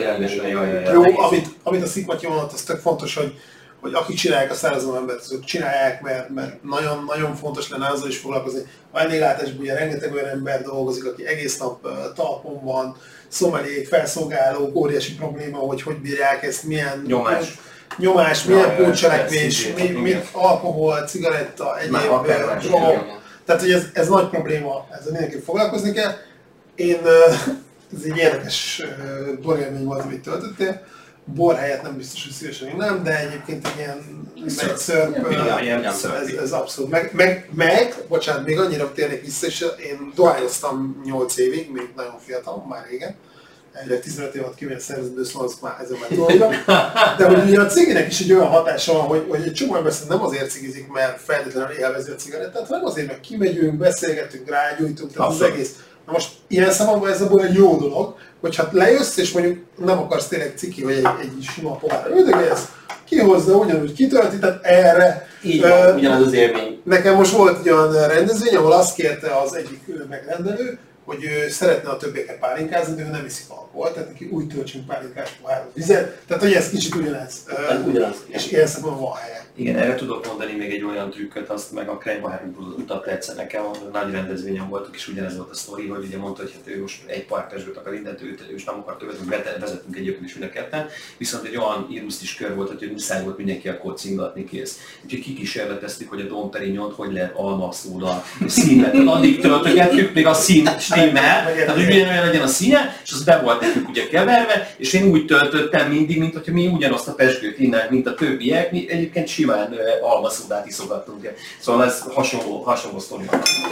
Jó, amit, amit a Szikmatyi mondott, az tök fontos, hogy hogy akik csinálják a száraz novembert, azok csinálják, mert, mert nagyon, nagyon fontos lenne azzal is foglalkozni. A vendéglátásban ugye rengeteg olyan ember dolgozik, aki egész nap uh, talpon van, szomeliék, felszolgálók, óriási probléma, hogy hogy bírják ezt, milyen nyomás, nyomás milyen pótcselekvés, mi, mi, alkohol, cigaretta, egyéb drogok. Tehát hogy ez, ez nagy probléma, ezzel mindenképp foglalkozni kell. Én, uh, ez egy érdekes uh, borélmény volt, amit töltöttél. Bor helyett nem biztos, hogy szívesen innám, de egyébként egy ilyen szörp, ez, ez abszolút. Meg, meg, meg, bocsánat, még annyira térnék vissza, és én dohányoztam nyolc évig, még nagyon fiatal, már régen. Egyre tizenöt év alatt kimegy a szervezetből, szóval azt már ezzel már tudom. De hogy ugye a cigének is egy olyan hatása van, hogy, hogy egy csomó ember nem azért cigizik, mert feltétlenül élvezi a cigarettát, hanem azért, mert kimegyünk, beszélgetünk, rágyújtunk, tehát az egész. Na most ilyen szempontból ez abból egy jó dolog, hogy ha lejössz és mondjuk nem akarsz tényleg ciki, vagy egy, egy sima pohár üldögélsz, kihozza, ugyanúgy kitölti, tehát erre... Így van, uh, ugyanaz az élmény. Nekem most volt egy olyan rendezvény, ahol azt kérte az egyik megrendelő, hogy ő szeretne a többieket pálinkázni, de ő nem iszik alkoholt, tehát neki úgy töltsünk pálinkás pohárhoz vizet, tehát hogy ez kicsit ugyanez. Uh, ugyanaz. És ilyen szempontból van helye. Igen, erre tudok mondani még egy olyan trükköt, azt meg a Krejnbacherünk mutatta egyszer nekem, nagy rendezvényen voltunk, és ugyanez volt a sztori, hogy ugye mondta, hogy hát ő most egy pohár pezsgőt akar innen, ő, ő is nem akar többet, hogy vezettünk egyébként is mind a ketten, viszont egy olyan irusztis kör volt, hogy muszáj volt mindenki akkor cingatni kész. Úgyhogy kikísérleteztük, hogy a Dom Perignont hogy lehet almaszóra színlet. Addig töltögettük, még a szín stimmel, tehát hogy ugyanolyan legyen a színe, és az be volt nekünk ugye keverve, és én úgy töltöttem mindig, mint hogyha mi ugyanazt a pezsgőt innánk, mint a többiek, mi egyébként simán almaszódát iszogattunk. Szóval ez hasonló, hasonló sztori.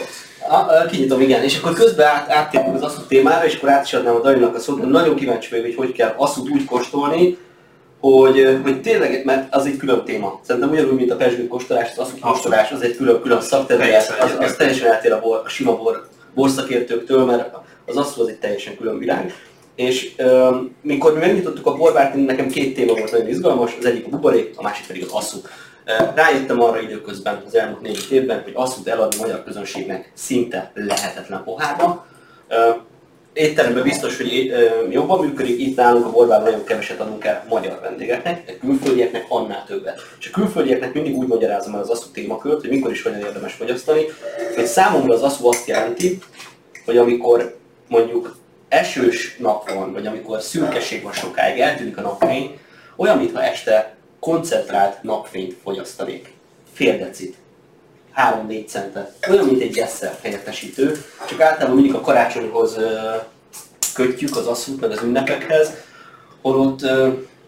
Kinyitom, igen. És akkor közben át, áttértünk az asszút témára, és akkor át is adnám a Daninak a szót, mert nagyon kíváncsi vagyok, hogy hogy kell asszút úgy kóstolni, hogy, hogy tényleg, mert az egy külön téma. Szerintem ugyanúgy, mint a pezsgőt kóstolás, az asszút kóstolás, az egy külön, külön szakterület, az, az teljesen eltér a, bor, a sima bor, borszakértőktől, mert az asszú az egy teljesen külön világ. És um, mikor mi megnyitottuk a borbárt, nekem két téma volt nagyon izgalmas, az egyik a buborék, a másik pedig az asszú. Uh, rájöttem arra időközben, az elmúlt négy évben, hogy asszút eladni a magyar közönségnek szinte lehetetlen pohárba. Uh, étteremben biztos, hogy uh, jobban működik, itt nálunk a borbárban nagyon keveset adunk el magyar vendégeknek, de külföldieknek annál többet. És a külföldieknek mindig úgy magyarázom el az asszú témakört, hogy mikor is hogyan érdemes fogyasztani, hogy számomra az asszú azt jelenti, hogy amikor mondjuk esős nap van, vagy amikor szürkeség van sokáig, eltűnik a napfény, olyan, mintha este koncentrált napfényt fogyasztanék. Fél decit, három-négy centet. Olyan, mint egy gesszer helyettesítő, csak általában mindig a karácsonyhoz ö, kötjük az asszút, meg az ünnepekhez, holott, ö,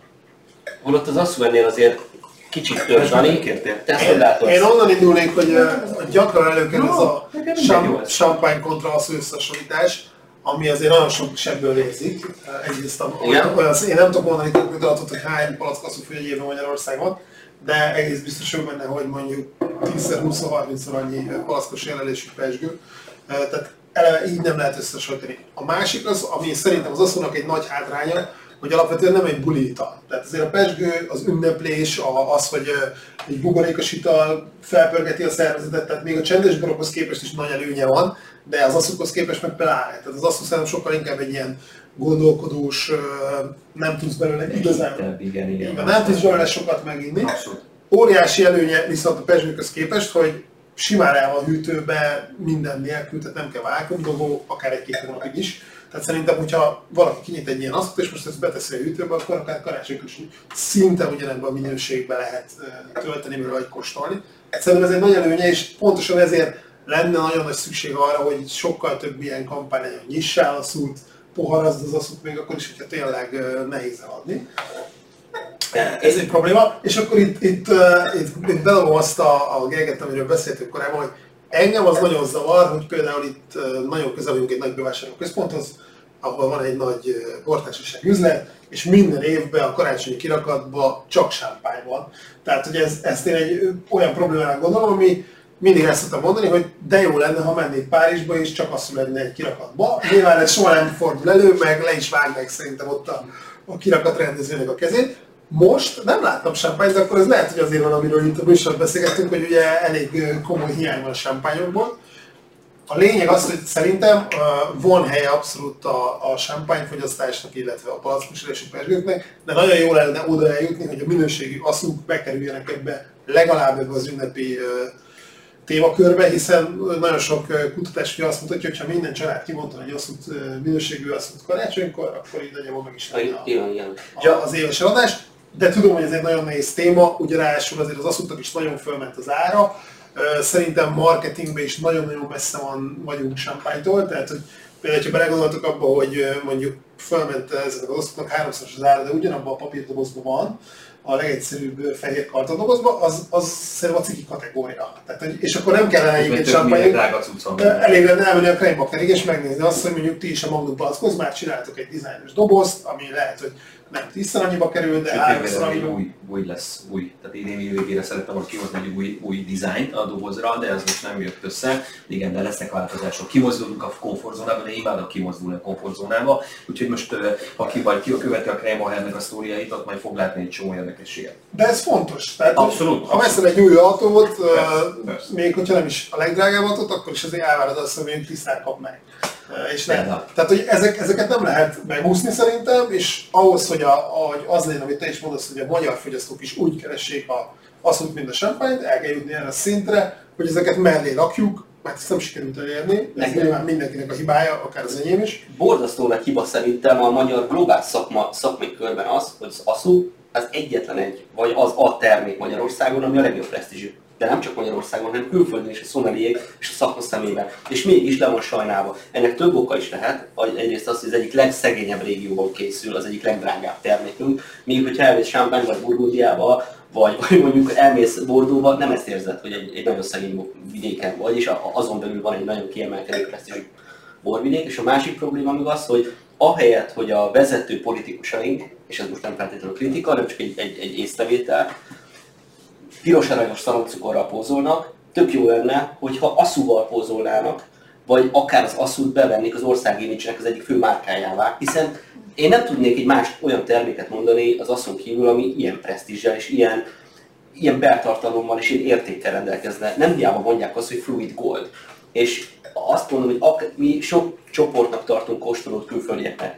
holott az asszú ennél azért kicsit több. Dani, te ezt én, én onnan indulnék, hogy, hogy gyakran előkerül ez a champagne kontra asszú összehasonlítás, ami azért nagyon sok sebből érzik. Egyrészt a, olyan, olyan, én nem tudok mondani több adatot, hogy hány palack asszúfő egy évben Magyarországon, de egész biztos vagyok benne, hogy mondjuk tízszer, húszszor, harmincszor annyi palackos jelenlésű pezsgő. Tehát eleve így nem lehet összehasonlítani. A másik az, ami szerintem az asszúnak egy nagy hátránya, hogy alapvetően nem egy buli ital. Tehát azért a pezsgő, az ünneplés, az, hogy egy buborékos ital felpörgeti a szervezetet, tehát még a csendes borokhoz képest is nagy előnye van, de az asszukhoz képest meg pláne. Tehát az asszuk szerintem sokkal inkább egy ilyen gondolkodós, nem tudsz belőle igazán, igen, igen, nem tudsz belőle sokat meginni. Abszolút. Óriási előnye viszont a pezsgőkhöz képest, hogy simán el van hűtőbe minden nélkül, tehát nem kell vákuumdobó, akár egy-két hónapig is. Tehát szerintem, hogyha valaki kinyit egy ilyen asszut, és most ezt beteszi a hűtőbe, akkor akár karácsonykor is szinte ugyanebben a minőségben lehet tölteni, vagy kóstolni. Szerintem ez egy nagy előnye, és pontosan ezért lenne nagyon nagy szükség arra, hogy sokkal több ilyen kampány legyen, nyissál asszút, poharazd az asszút, még akkor is, hogyha tényleg nehéz eladni. Ez egy probléma, és akkor itt, itt, itt, itt bedobom azt a, a géget, amiről beszéltünk korábban, hogy engem az nagyon zavar, hogy például itt nagyon közel vagyunk egy nagy bevásárlóközponthoz, ahol van egy nagy bortársaság üzlet, és minden évben a karácsonyi kirakatban csak sámpány van. Tehát, hogy ez, ezt én egy olyan problémának gondolom, ami mindig ezt szoktam mondani, hogy de jó lenne, ha mennék Párizsba, és csak asszul lenne egy kirakatba. Nyilván ez soha nem fordul elő, meg le is vágnák szerintem ott a, a kirakat rendezőnek a kezét. Most nem láttam sámpányt, de akkor ez lehet, hogy azért van, amiről itt a műsorban beszélgettünk, hogy ugye elég komoly hiány van a sámpányokból. A lényeg az, hogy szerintem van helye abszolút a, a sámpányfogyasztásnak, illetve a palackosodású pezsgőknek, de nagyon jó lenne oda eljutni, hogy a minőségi asszuk bekerüljenek ebbe, legalább ebbe az ünnepi témakörbe, hiszen nagyon sok kutatás azt mutatja, hogy ha minden család kimondta egy asszút, minőségű asszút karácsonykor, akkor így nagyjából meg is lenne az éves adás. De tudom, hogy ez egy nagyon nehéz téma, ugye ráadásul azért az asszútnak is nagyon fölment az ára. Szerintem marketingben is nagyon-nagyon messze van vagyunk sámpánytól, tehát hogy például, ha belegondoltok abba, hogy mondjuk fölment ezeknek az asszútnak háromszoros az ára, de ugyanabban a papírdobozban van, a legegyszerűbb fehér kartondobozban, az, az szerintem a ciki kategória. Tehát, és akkor nem kellene egyébként sámpányt, elég lenne elmenni a Kreinbacherig és megnézni azt, hogy mondjuk ti is a Magnum Palackhoz már csináltok egy dizájnos dobozt, ami lehet, hogy nem tízszer annyiba kerül, de háromszor annyiba. Új, új lesz, új. Tehát idén végére szerettem volna kihozni egy új, új dizájnt a dobozra, de ez most nem jött össze. Igen, de lesznek változások. Kimozdulunk a komfortzónába, de imádok kimozdulni a komfortzónába. Úgyhogy most, ha ki vagy ki követi a Kreinbachernek a sztoriait, ott majd fog látni egy csomó érdekességet. De ez fontos. Tehát, abszolút. Ha veszel egy új autót, persze, persze. Még hogyha nem is a legdrágább autót, akkor is azért elvárad azt, hogy mondjuk tisztán kap meg. És nem. Tehát, hogy ezek, ezeket nem lehet megúszni szerintem, és ahhoz, hogy, a, hogy az legyen, amit te is mondasz, hogy a magyar fogyasztók is úgy keressék a asszút, mint a sámpányt, el kell jutni erre a szintre, hogy ezeket mellé rakjuk, mert ezt nem sikerült elérni, ez nyilván mindenkinek a hibája, akár az enyém is. Borzasztó nagy hiba szerintem a magyar globális szakma, szakmai körben az, hogy az asszú az egyetlen egy, vagy az a termék Magyarországon, ami a legjobb presztízsű. De nem csak Magyarországon, hanem külföldön is a szomeliék és a szakma szemében. És mégis le van sajnálva. Ennek több oka is lehet. Egyrészt az, hogy az egyik legszegényebb régióban készül, az egyik legdrágább termékünk. Míg hogyha elmész Champagne vagy Burgundiába, vagy, vagy mondjuk elmész Bordeauxba, nem ezt érzed, hogy egy, egy nagyon szegény vidéken vagy, és azon belül van egy nagyon kiemelkedő presztízsű borvidék. És a másik probléma még az, hogy ahelyett, hogy a vezető politikusaink, és ez most nem feltétlenül kritika, hanem csak egy, egy, egy észrevétel, piros-aranyos szaloncukorral pózolnak, tök jó lenne, hogyha asszúval pózolnának, vagy akár az asszút bevennék az ország image-nek az egyik fő márkájává, hiszen én nem tudnék egy más olyan terméket mondani az asszón kívül, ami ilyen presztízsel és ilyen, ilyen beltartalommal és ilyen értékkel rendelkezne. Nem hiába mondják azt, hogy fluid gold. És azt mondom, hogy mi sok csoportnak tartunk kóstolót külföldieknek,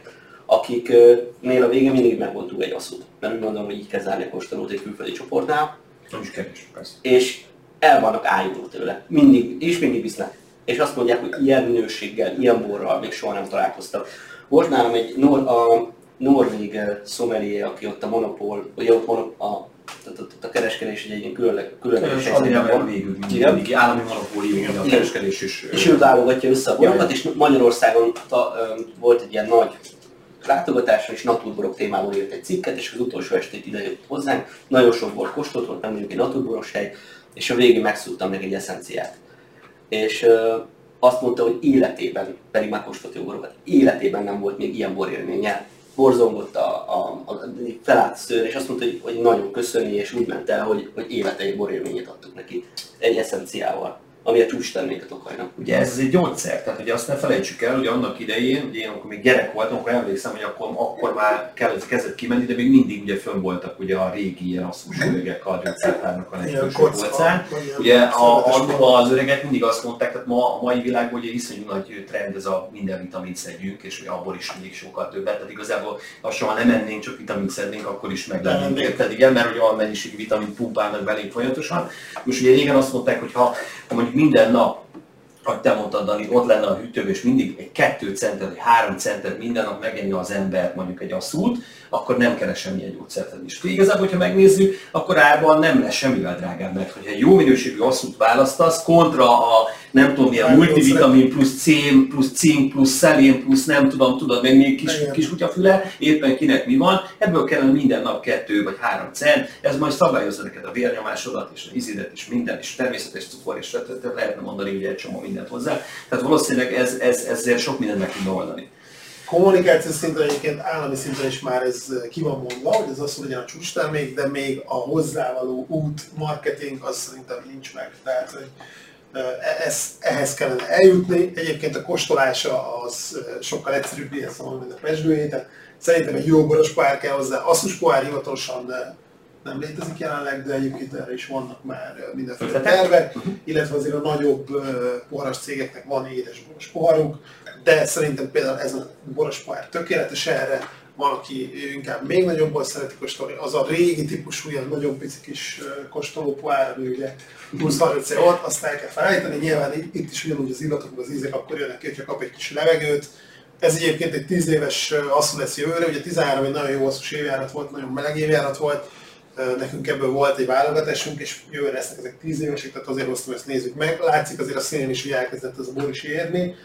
akiknél a vége mindig megvolt egy asszút. Nem úgy mondom, hogy így kell zárni a kóstolót egy külföldi csoportnál. Nem is kevés, persze. És el vannak ájulva tőle. Mindig, és mindig visznek. És azt mondják, hogy ilyen minőséggel, ilyen borral még soha nem találkoztak. Volt nálam egy nor, a norvég sommelier, aki ott a monopól, vagy ott monop, a, a, a, a kereskedés egy ilyen különleges helyzetben van. Végül mindig állami monopólium, a kereskedés is. És ő válogatja össze a borokat, és Magyarországon ta, volt egy ilyen nagy látogatásra, és naturborok témából írt egy cikket, és az utolsó estét ide jött hozzánk. Nagyon sok bor kóstolt, volt nem mondjuk egy naturboros hely, és a végén megszúrtam meg egy eszenciát. És ö, azt mondta, hogy életében, pedig már kóstolt jó borokat, életében nem volt még ilyen borélménye. Borzongott a, a, a, a felállt szőr, és azt mondta, hogy, hogy nagyon köszöni, és úgy ment el, hogy, hogy életei borélményét adtuk neki egy eszenciával. ami a csúcs termék a Tokajnak. Ugye ez egy gyógyszer, tehát ugye azt ne felejtsük el, hogy annak idején, ugye én amikor még gyerek voltam, akkor emlékszem, hogy akkor, akkor már kellett, kezdett kimenni, de még mindig ugye fönn voltak ugye a régi ilyen asszús üvegek a gyógyszertárnak a legfőső polcán. Ugye a, a, az öregek mindig azt mondták, tehát ma a mai világban ugye iszonyú nagy trend ez a minden vitamint szedjünk, és ugye abból is még sokkal többet, tehát igazából lassan, ha nem ennénk, csak vitamint szednénk, akkor is meg lennénk, érted? Igen, mert ugye olyan mennyiségű vitamint pumpálnak belénk folyamatosan. Most ugye régen azt mondták, hogy ha, ha mondjuk minden nap, ahogy te mondtad, Dani, ott lenne a hűtőben, és mindig egy kettő centet, vagy három centet minden nap megenni az embert mondjuk egy asszút, akkor nem keres semmilyen gyógyszert is. Igazából, hogyha megnézzük, akkor árban nem lesz semmivel drágább, mert hogyha egy jó minőségű asszút választasz, kontra a nem tudom milyen multivitamin plusz C, plusz cink, plusz szelén, plusz nem tudom, tudod, meg még kis, kis kutyafüle, éppen kinek mi van, ebből kellene minden nap kettő vagy három cent, ez majd szabályozza neked a vérnyomásodat, és a ízidet, és minden, és természetes cukor, és lehetne mondani, hogy egy csomó mindent hozzá. Tehát valószínűleg ez, ez, ezzel sok mindent meg tudna oldani. Kommunikáció szinten egyébként állami szinten is már ez ki van mondva, hogy ez az, hogy legyen a csúcstermék, de még a hozzávaló út, marketing az szerintem nincs meg. Tehát, hogy ez, ehhez kellene eljutni. Egyébként a kóstolása az sokkal egyszerűbb, ilyen szóval, mint a pezsgőjé. Szerintem egy jó boros pohár kell hozzá. Asszus pohár hivatalosan nem létezik jelenleg, de egyébként erre is vannak már mindenféle tervek, illetve azért a nagyobb poharas cégeknek van édes boros poharuk, de szerintem például ez a boros pohár tökéletes erre. Van, aki inkább még nagyobból szereti kóstolni, az a régi típusú, ilyen nagyon pici kis kóstoló pohár, ami ugye húsz harminc év volt, azt el kell felállítani. Nyilván itt is ugyanúgy az illatok, az ízek akkor jönnek ki, hogyha kap egy kis levegőt. Ez egyébként egy tíz éves asszú lesz jövőre, ugye tizenhárom egy nagyon jó asszús évjárat volt, nagyon meleg évjárat volt. Nekünk ebből volt egy válogatásunk, és jövőre lesznek ezek tíz évesek, tehát azért hoztam, ezt nézzük meg. Látszik azért a színén is, hogy elkezdett ez a bor is érni,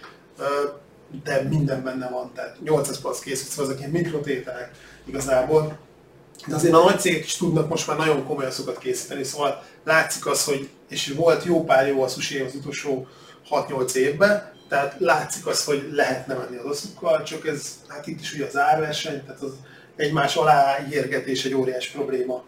de minden benne van, tehát nyolcszáz palack készült, szóval ezek ilyen mikrotételek igazából. De azért a nagy cégek is tudnak most már nagyon komoly asszokat készíteni, szóval látszik az, hogy, és volt jó pár jó asszús év az utolsó hat-nyolc évben, tehát látszik az, hogy lehetne menni az asszukkal, csak ez, hát itt is ugye az árverseny, tehát az egymás alá ígérgetés egy óriás probléma.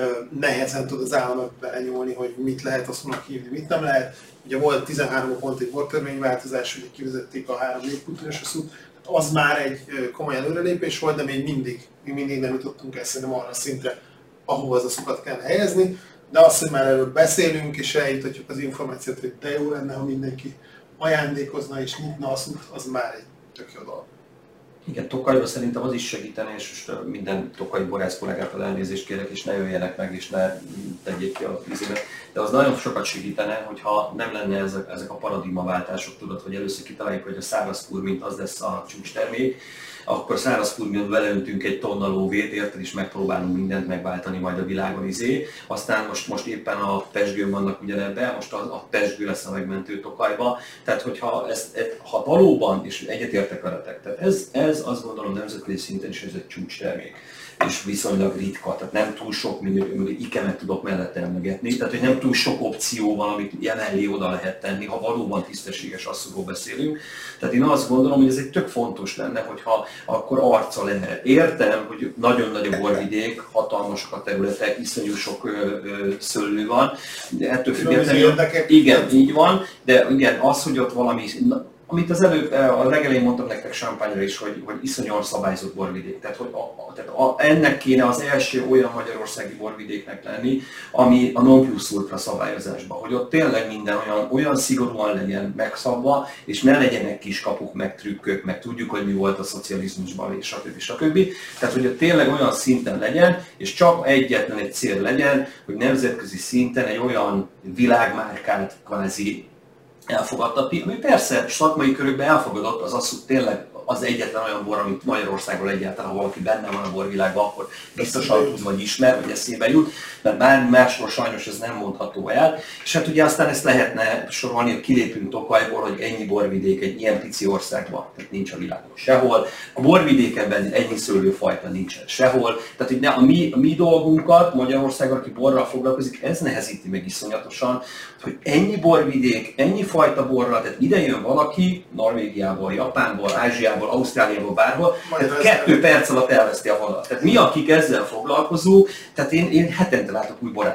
Nehezen tud az állam belenyúlni, hogy mit lehet asszúnak hívni, mit nem lehet. Ugye volt tizenhárom pont egy bortörvényváltozás, hogy kivezették a három-négy putyos asszút, az már egy komoly előrelépés volt, de még mindig, még mindig nem jutottunk el szerintem arra a szintre, ahova az asszukat kell helyezni. De azt, hogy már erről beszélünk, és eljutatjuk az információt, hogy de jó lenne, ha mindenki ajándékozna és nyitna asszút, az már egy tök jó dolog. Igen, Tokajban szerintem az is segítene, és most minden tokai borász kollégától elnézést kérek, és ne jöjjenek meg, és ne tegyék ki a vízémet. De az nagyon sokat segítene, hogyha nem lenne ezek, ezek a paradigmaváltások, tudod, hogy először kitaláljuk, hogy a száraz furmint az lesz a csúcstermék, akkor száraz furmint beleöntünk egy tonna lóvét, érted, és megpróbálunk mindent megváltani majd a világon izé. Aztán most, most éppen a pezsgőn vannak ugyanebben, most a, a pezsgő lesz a megmentő Tokajba. Tehát, hogyha ezt, ha valóban, és egyetértek veletek, tehát ez, ez azt gondolom nemzetközi szinten is ez egy csúcstermék. És viszonylag ritka, tehát nem túl sok minő, ikemet tudok mellette emlegetni, tehát hogy nem túl sok opció van, amit jelenlé oda lehet tenni, ha valóban tisztességes asszúról beszélünk. Tehát én azt gondolom, hogy ez egy tök fontos lenne, hogyha akkor arca lenne. Értem, hogy nagyon nagy a borvidék, hatalmasak a területek, iszonyú sok ö, ö, szőlő van, de ettől függetlenül, igen, így van, de igen, az, hogy ott valami, amit az előbb, a legelején mondtam nektek Champagne-ra is, hogy, hogy iszonyúan szabályozott borvidék. Tehát, hogy a, a, tehát a, ennek kéne az első olyan magyarországi borvidéknek lenni, ami a non plus ultra szabályozásban. Hogy ott tényleg minden olyan, olyan szigorúan legyen megszabva, és ne legyenek kiskapuk, meg trükkök, meg tudjuk, hogy mi volt a szocializmusban, és stb. stb. Tehát, hogy ott tényleg olyan szinten legyen, és csak egyetlen egy cél legyen, hogy nemzetközi szinten egy olyan világmárkát kvázi elfogadtatni, ami persze szakmai körökben elfogadott, az asszút tényleg az egyetlen olyan bor, amit Magyarországon egyáltalán, ha valaki benne van a borvilágban, akkor biztosan tud vagy ismer, vagy eszébe jut, mert már máshol sajnos ez nem mondható el. És hát ugye aztán ezt lehetne sorolni, hogy kilépünk Tokajból, hogy ennyi borvidék egy ilyen pici országban, tehát nincs a világon sehol. A borvidékenben ennyi szőlőfajta nincsen sehol. Tehát hogy ne, a, mi, a mi dolgunkat Magyarországon, aki borral foglalkozik, ez nehezíti meg iszonyatosan, hogy ennyi borvidék, ennyi fajta borral, tehát ide jön valaki Norvégiából, Japánból, Ázsiából, Ausztráliából, bárhol, tehát kettő perc alatt elveszti a vonalat. Tehát mi, akik ezzel foglalkozunk, tehát én, én hetente látok új borászatokat.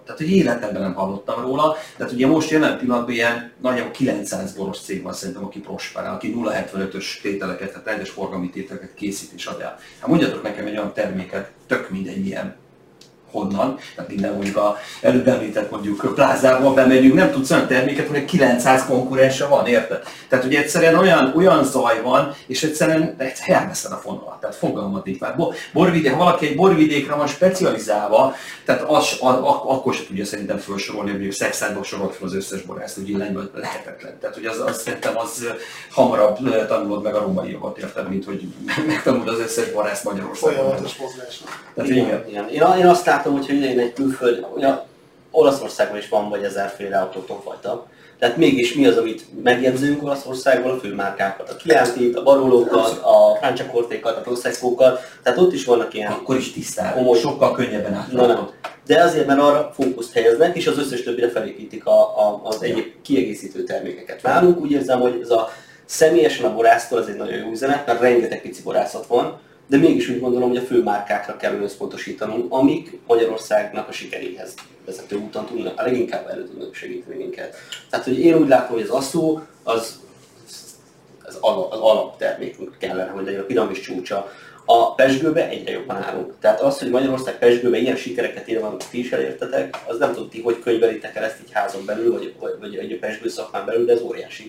Tehát, hogy életemben nem hallottam róla. Tehát ugye most jelen pillanatban ilyen nagyjából kilencszáz boros cég van szerintem, aki prosperál, aki nulla hetvenötös tételeket, tehát rendes forgalmi tételeket készít és ad el. Hát mondjatok nekem egy olyan terméket, tök mindegy milyen, honnan, tehát minden mondjuk a előbb említett mondjuk plázába bemegyünk, nem tudsz olyan terméket, hogy kilencszáz konkurense van, érted? Tehát ugye egyszerűen olyan, olyan zaj van, és egyszerűen elveszed a fonalat, tehát fogalmat nincs már. Borvidék, ha valaki egy borvidékre van specializálva, tehát az, a, a, akkor se tudja szerintem felsorolni, hogy mondjuk Szexádban sorolt fel az összes borászt, úgy illányban lehetetlen. Tehát hogy az, az szerintem az hamarabb tanulod meg a római jogot, érted, mint hogy megtanulod az összes borászt Magyarországon. Folyamatos mozgásnak. Tehát igen, igen. Én, én azt látom, hogy idején egy külföld, olyan Olaszországban is van vagy ezerféle autótonfajta. Tehát mégis mi az, amit megjegyzünk Olaszországból, a főmárkákat, a Chiantit, a Barolókat, a Franciacortékat, a Proseccokat, tehát ott is vannak ilyen... Akkor is tisztán, sokkal könnyebben átlátod. De azért, mert arra fókuszt helyeznek, és az összes többire felépítik a, a, az egyéb kiegészítő termékeket. Nálunk úgy érzem, hogy ez a személyesen a borásztól ez egy nagyon jó üzenet, mert rengeteg pici borászat van, de mégis úgy gondolom, hogy a fő márkákra kell összpontosítanunk, amik Magyarországnak a sikeréhez vezető úton tudnak, a leginkább elő tudnak segíteni minket. Tehát, hogy én úgy látom, hogy az asszó az, az, al, az alaptermékünk kellene, hogy legyen a piramis csúcsa. A pezsgőbe egyre jobban állunk. Tehát az, hogy Magyarország pezsgőbe ilyen sikereket ér van, ti is elértetek, az nem tudom ti, hogy könyvelitek el ezt így házon belül, vagy, vagy, vagy egy pezsgő szakmán belül, de ez óriási.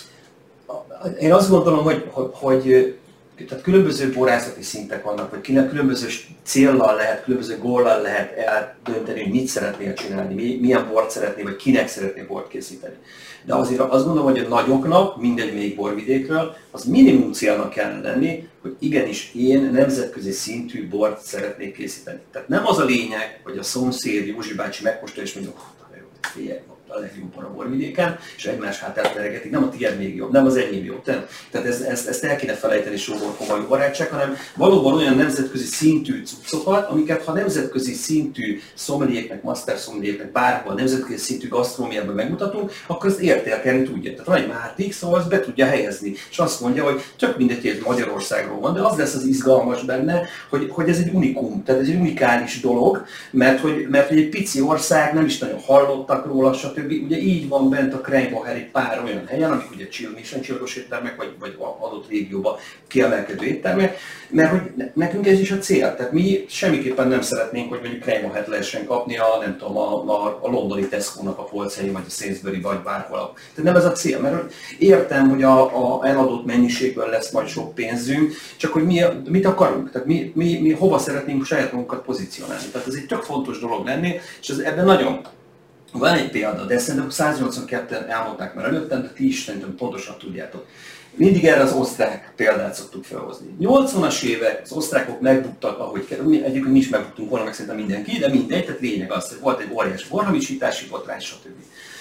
Én azt gondolom, hogy, hogy, hogy tehát különböző borászati szintek vannak, vagy különböző céllal lehet, különböző góllal lehet eldönteni, hogy mit szeretnél csinálni, milyen bort szeretnél, vagy kinek szeretnél bort készíteni. De azért azt gondolom, hogy a nagyoknak, mindegy még borvidékről, az minimum célnak kellene lenni, hogy igenis én nemzetközi szintű bort szeretnék készíteni. Tehát nem az a lényeg, hogy a szomszéd Józsi bácsi megkóstolja és mondja, hogy a legjobb a borvidéken, és egymás hátát veregetik, nem a tiéd még jobb, nem az enyém jobb. Tehát ezt, ezt, ezt el kéne felejteni sóból komoly barátság, hanem valóban olyan nemzetközi szintű cuccokat, amiket ha nemzetközi szintű szomeliéknek, master szomeliéknek, bárhol nemzetközi szintű gasztronómiában megmutatunk, akkor az értékelni tudja. Tehát van egy mártik, szóval azt be tudja helyezni, és azt mondja, hogy tök mindegy, hogy Magyarországról van, de az lesz az izgalmas benne, hogy, hogy ez egy unikum, tehát ez egy unikális dolog, mert hogy, mert hogy egy pici ország, nem is nagyon hallottak róla, stb. Ugye így van bent a Kreinbacher egy pár olyan helyen, amik ugye Michelin csillagos éttermek, vagy, vagy adott régióban kiemelkedő éttermek, mert hogy nekünk ez is a cél. Tehát mi semmiképpen nem szeretnénk, hogy mondjuk Kreinbachert lehessen kapni a, nem tudom, a, a, a londoni Tesco-nak a polcain, vagy a Sainsbury, vagy bárhol. Tehát nem ez a cél, mert értem, hogy a, a eladott mennyiségből lesz majd sok pénzünk, csak hogy mi, mit akarunk, tehát mi, mi, mi hova szeretnénk saját magunkat pozícionálni. Tehát ez egy tök fontos dolog lenni, és ez ebben nagyon. Van egy példa, de szerintem száznyolcvanketten elmondták már előttem, de ti is szerintem pontosan tudjátok. Mindig erre az osztrák példát szoktuk felhozni. nyolcvanas évek az osztrákok megbuktak, ahogy kell. Egyébként mi is megbuktunk volna, meg szerintem mindenki, de mindegy, tehát lényeg az, hogy volt egy óriási borhamisítási botrány, stb.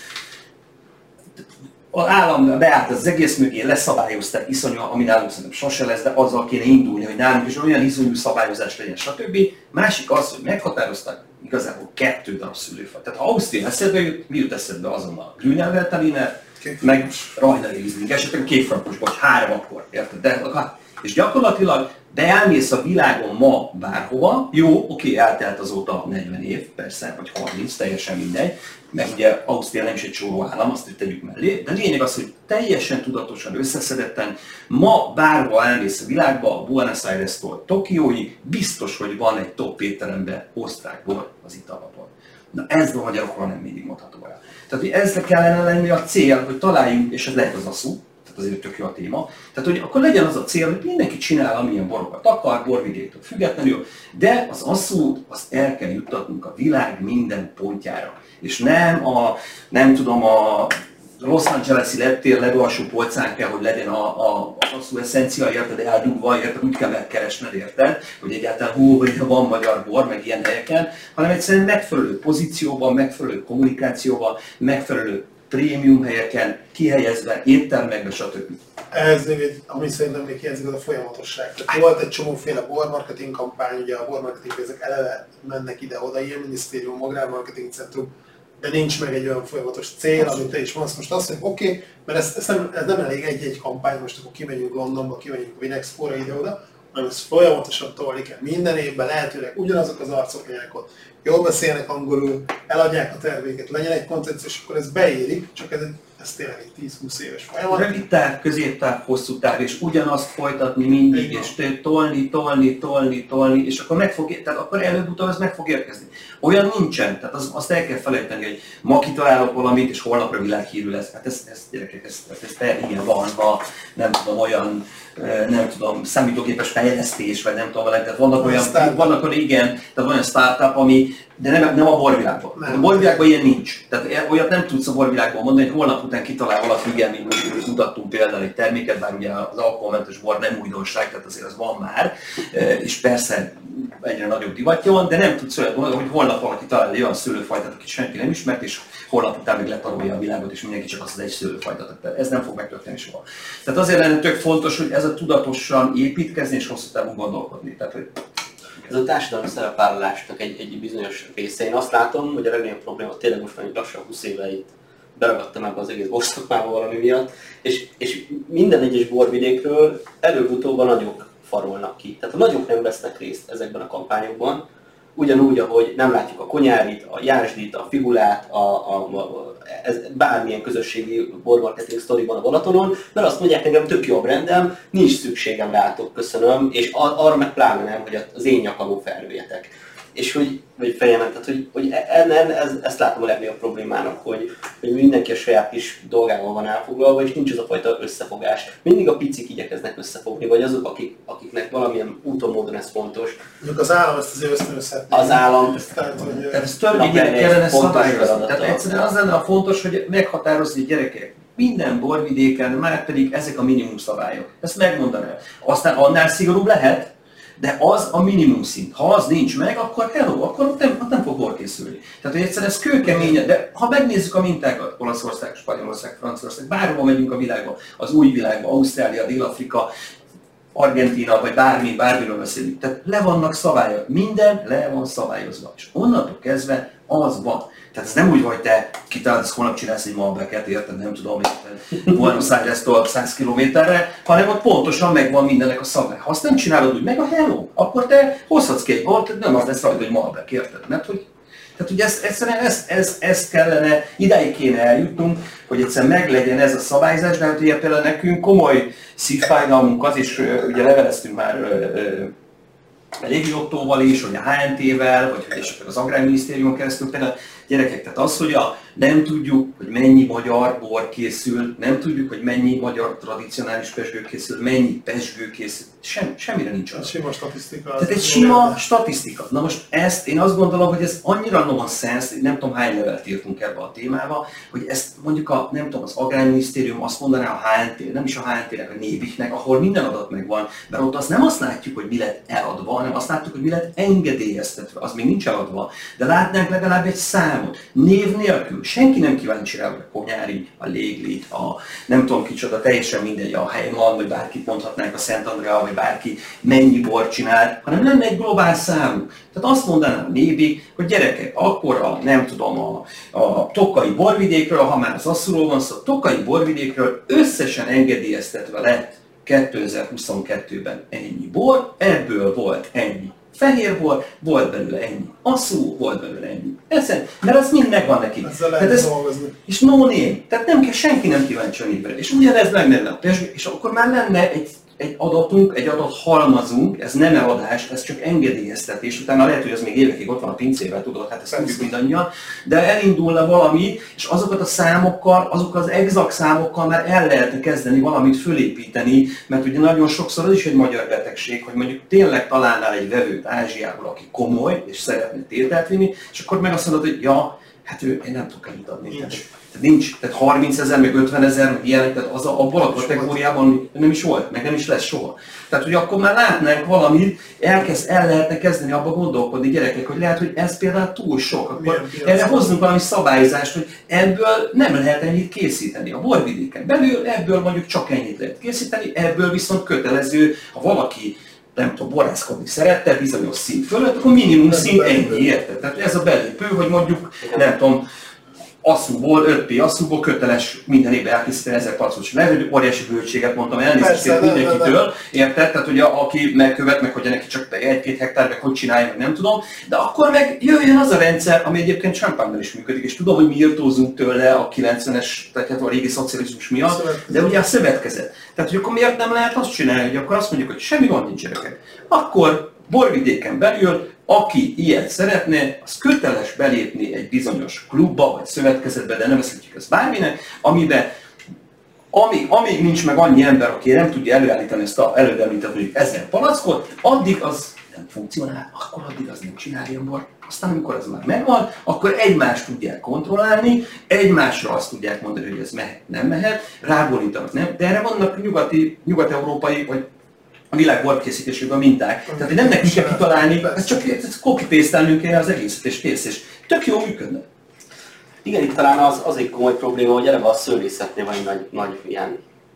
Az állam beállt az egész mögé, leszabályozták iszonyú, ami nálunk szerintem sose lesz, de azzal kéne indulni, hogy nálunk is olyan iszonyú szabályozás legyen, stb. Másik az, hogy meghatároztak igazából kettő darab szülőfajt. Tehát ha Ausztria eszedbe jut, mi jut eszedbe azon a Grünerveltliner, meg Rajnai Riesling, esetleg kétfrankos, vagy három akkor, érted? De, és gyakorlatilag de elmész a világon ma bárhova, jó, oké, eltelt azóta negyven év, persze, vagy harminc, teljesen mindegy, meg ugye Ausztria nem is egy csóró állam, azt hogy tegyük mellé, de lényeg az, hogy teljesen tudatosan, összeszedetten ma bárhova elmész a világba, Buenos Aires-tól Tokióig, biztos, hogy van egy top étteremben osztrák bor az italapon. Na ez a magyarokról nem mindig mondható el. Tehát, hogy ezzel kellene lenni a cél, hogy találjunk, és ez lehet az asszú, tehát azért tök jó a téma. Tehát, hogy akkor legyen az a cél, hogy mindenki csinál, amilyen borokat akar, borvidéktől függetlenül, de az asszút azt el kell juttatnunk a világ minden pontjára. És nem a, nem tudom, a Los Angeles-i leptér legalsó polcán kell, hogy legyen a, a, a asszú eszencia, érted, eldugva, érted, úgy kell megkeresned, érted, hogy egyáltalán hú, hogy van magyar bor, meg ilyen helyeken, hanem egyszerűen megfelelő pozícióban, megfelelő kommunikációban, megfelelő prémium helyeken, kihelyezve, éttermekbe, stb. Ez még, ami szerintem még hiányzik, az a folyamatosság. Tehát volt egy csomóféle bormarketing kampány, ugye a bormarketing ezek eleve mennek ide-oda, ilyen minisztérium, agrármarketing centrum, de nincs meg egy olyan folyamatos cél, amit te is mondsz. Most azt mondjuk, oké, okay, mert ez, ez, nem, ez nem elég egy-egy kampány, most akkor kimegyünk Londonba, kimegyünk Vinexpo-ra ide-oda, hanem ezt folyamatosan tolni kell minden évben, lehetőleg ugyanazok az arcok legyenek ott, jól beszélnek angolul, eladják a tervéket, legyen egy koncepció, és akkor ez beérik, csak ez, ez tényleg egy tíz-húsz éves folyamat. Rövid táv, középtáv, hosszú táv, és ugyanazt folytatni mindig, igen. És tolni, tolni, tolni, tolni, és akkor meg fog, tehát akkor előbb-utóbb ez meg fog érkezni. Olyan nincsen, tehát az, azt el kell felejteni, hogy ma kitalálok valamit, és holnapra világhírű lesz. Hát ez, ez gyerekek, ez, ez, ez igen van, ha nem tudom, olyan, nem tudom, számítógépes fejlesztés, vagy nem tudom, tehát vannak olyan, vannak olyan, igen, tehát olyan startup, ami, de nem, nem a borvilágban. A borvilágban ilyen nincs. Tehát olyat nem tudsz a borvilágban mondani, hogy holnap után kitalál valaki, igen, mint mutattunk például egy terméket, bár ugye az alkoholmentes bor nem újdonság, tehát azért az van már, és persze egyre nagyobb divatja van, de nem tudsz olyat mondani, hogy holnap valaki talál egy olyan szőlőfajtát, akit senki nem ismert, és holnap után még letarolja a világot, és mindenki csak azt az egy szőlőfajtát. Tehát ez nem fog megtörténni soha. Tehát azért lenne tök fontos, hogy ez a tudatosan építkezni és hosszú távon gondolkodni. Tehát, hogy ez a társadalmi szerepvállalásnak egy, egy bizonyos része. Én azt látom, hogy a legnagyobb probléma tényleg most már lassan húsz éve itt beragadtam ebbe az egész borszakmába valami miatt, és, és minden egyes borvidékről előbb-utóbb a nagyok farolnak ki. Tehát a nagyok nem vesznek részt ezekben a kampányokban, ugyanúgy, ahogy nem látjuk a konyárit, a jásdit, a figulát, a, a, a, ez bármilyen közösségi bormarketing sztoriban a Balatonon, mert azt mondják, nekem tök jó a brandem, nincs szükségem rátok, köszönöm, és arra meg pláne nem, hogy az én nyakamon felüljetek. És hogy, vagy fejemet, tehát hogy, hogy ennen, ez, ezt látom a legnagyobb problémának, hogy, hogy mindenki a saját kis dolgával van elfoglalva, és nincs az a fajta összefogás. Mindig a picik igyekeznek összefogni, vagy azok, akik, akiknek valamilyen úton, módon ez fontos. Mondjuk az állam ezt azért ösztönözhetné. Az állam. Tehát, hogy tehát ez törvényileg kellene szabályozni. Tehát egyszerűen az lenne a fontos, hogy meghatározni gyerekek. Minden borvidéken, már pedig ezek a minimum szabályok. Ezt megmondanám. Aztán annál szigorúbb lehet, de az a minimum szint. Ha az nincs meg, akkor hello, akkor ott nem, ott nem fog bor készülni. Tehát hogy egyszerűen ez kőkemény, de ha megnézzük a mintákat, Olaszország, Spanyolország, Franciaország, bárhova megyünk a világban, az új világban, Ausztrália, Dél-Afrika, Argentína, vagy bármi, bármiről beszélünk. Tehát le vannak szabályok, minden le van szabályozva. És onnantól kezdve az van. Tehát ez nem úgy, hogy te kitalálsz, holnap csinálsz egy Malbecet, érted, nem tudom, Buenos Aires-tól száz kilométerre, hanem ott pontosan megvan mindennek a szabály. Ha azt nem csinálod úgy meg a hello, akkor te hozhatsz ki egy bort, nem az lesz rajta, hogy Malbec, érted? Mert hogy, tehát ugye ezt, egyszerűen ezt, ezt, ezt kellene, idáig kéne eljutnunk, hogy egyszerűen meglegyen ez a szabályzás, de hát ugye például nekünk komoly szívfájdalmunk az, és ugye leveleztünk már Lévi Ottóval is, vagy a há en té-vel, vagy esetleg az Agrárminisztériumon keresztül például gyerekek, tehát az, hogy a, nem tudjuk, hogy mennyi magyar bor készül, nem tudjuk, hogy mennyi magyar tradicionális pezsgő készül, mennyi pezsgő készül, Sem, semmire nincs az. Sima statisztika. Tehát egy sima érde. statisztika. Na most ezt én azt gondolom, hogy ez annyira nonsense, nem tudom hány levelet írtunk ebbe a témába, hogy ezt mondjuk a, nem tudom, az Agrárminisztérium azt mondaná a há en té, nem is a há en té-nek, a Nébiknek, ahol minden adat megvan, mert ott azt nem azt látjuk, hogy mi lett eladva, hanem azt látjuk, hogy mi lett engedélyeztetve, az még nincs eladva, de látnánk legalább egy számot, név nélkül. Senki nem kíváncsi rá, hogy a Konyári, a Légli, a nem tudom kicsoda, teljesen mindegy, a Heimann, vagy bárkit mondhatnánk, a Szent Andrea, vagy bárki mennyi bort csinál, hanem lenne egy globál számú. Tehát azt mondanám a Nébi, hogy gyerekek, akkor a, nem tudom, a, a Tokai borvidékről, ha már az Asszúról van szó, a Tokai borvidékről összesen engedélyeztetve lett kétezer-huszonkettőben ennyi bor, ebből volt ennyi fehér bor, volt belőle ennyi asszú, volt belőle ennyi. Ezen, mert az mind megvan neki. Ezzel lehet ez, dolgozni. És no name, tehát nem kell, senki nem kíváncsi a névre. És ugyanez megnenne a pezsgő, és akkor már lenne egy egy adatunk, egy adat halmazunk, ez nem eladás, ez csak engedélyeztetés, utána lehet, hogy az még évekig ott van a pincével, tudod, hát ezt tudjuk mindannyian, de elindulna valami, és azokat a számokkal, azokkal az exakt számokkal már el lehetne kezdeni valamit fölépíteni, mert ugye nagyon sokszor az is egy magyar betegség, hogy mondjuk tényleg találnál egy vevőt Ázsiából, aki komoly, és szeretne tételt vinni, és akkor meg azt mondod, hogy ja, hát ő, én nem tudok ennyit adni. Nincs. Tehát nincs, tehát harmincezer, meg ötvenezer, meg ilyenek, tehát az a, abban a kategóriában nem is volt, meg nem is lesz soha. Tehát, hogy akkor már látnánk valamit, elkezd, el lehetne kezdeni abba gondolkodni gyerekek, hogy lehet, hogy ez például túl sok. Akkor erre hozzunk valami szabályozást, hogy ebből nem lehet ennyit készíteni. A borvidéken belül ebből mondjuk csak ennyit lehet készíteni, ebből viszont kötelező, ha valaki nem tudom, borászkodni szerette, bizonyos szint fölött, akkor minimum szint ennyi, érted? Tehát ez a belépő, hogy mondjuk, nem tudom, asszúból, öt P asszúból köteles minden évben elkészíteni ezer palacos levő, óriási böltséget mondtam, elnézést kérek mindenkitől, érted? Tehát ugye aki megkövet, meg hogy neki csak egy-két hektár, meg hogy csinálja, meg nem tudom, de akkor meg jöjjön az a rendszer, ami egyébként Champagne-ban is működik, és tudom, hogy mi írtózunk tőle a kilencvenes, tehát a régi szocializmus miatt, de ugye a szövetkezet. Tehát, hogy akkor miért nem lehet azt csinálni, hogy akkor azt mondjuk, hogy semmi gond nincs, gyerekek. Akkor borvidéken belül, aki ilyet szeretne, az köteles belépni egy bizonyos klubba vagy szövetkezetbe, de nevezhetjük ezt bárminek, amiben amíg, amíg nincs meg annyi ember, aki nem tudja előállítani ezt a előbb említett mondjuk ezer palackot, addig az nem funkcionál, akkor addig az nem csinál ilyen bort. Aztán amikor ez már megvan, akkor egymást tudják kontrollálni, egymásra azt tudják mondani, hogy ez mehet, nem mehet, rábólítanak, nem, de erre vannak nyugati, nyugat-európai vagy a világ borkészítésében minták. Tehát, hogy nem nekünk kell kitalálni, ez csak copy-paste-elnünk kéne az egészet, és kész, és tök jól működne. Igen, itt talán az, az egy komoly probléma, hogy eleve a szőlészetnél van egy nagy, nagy ilyen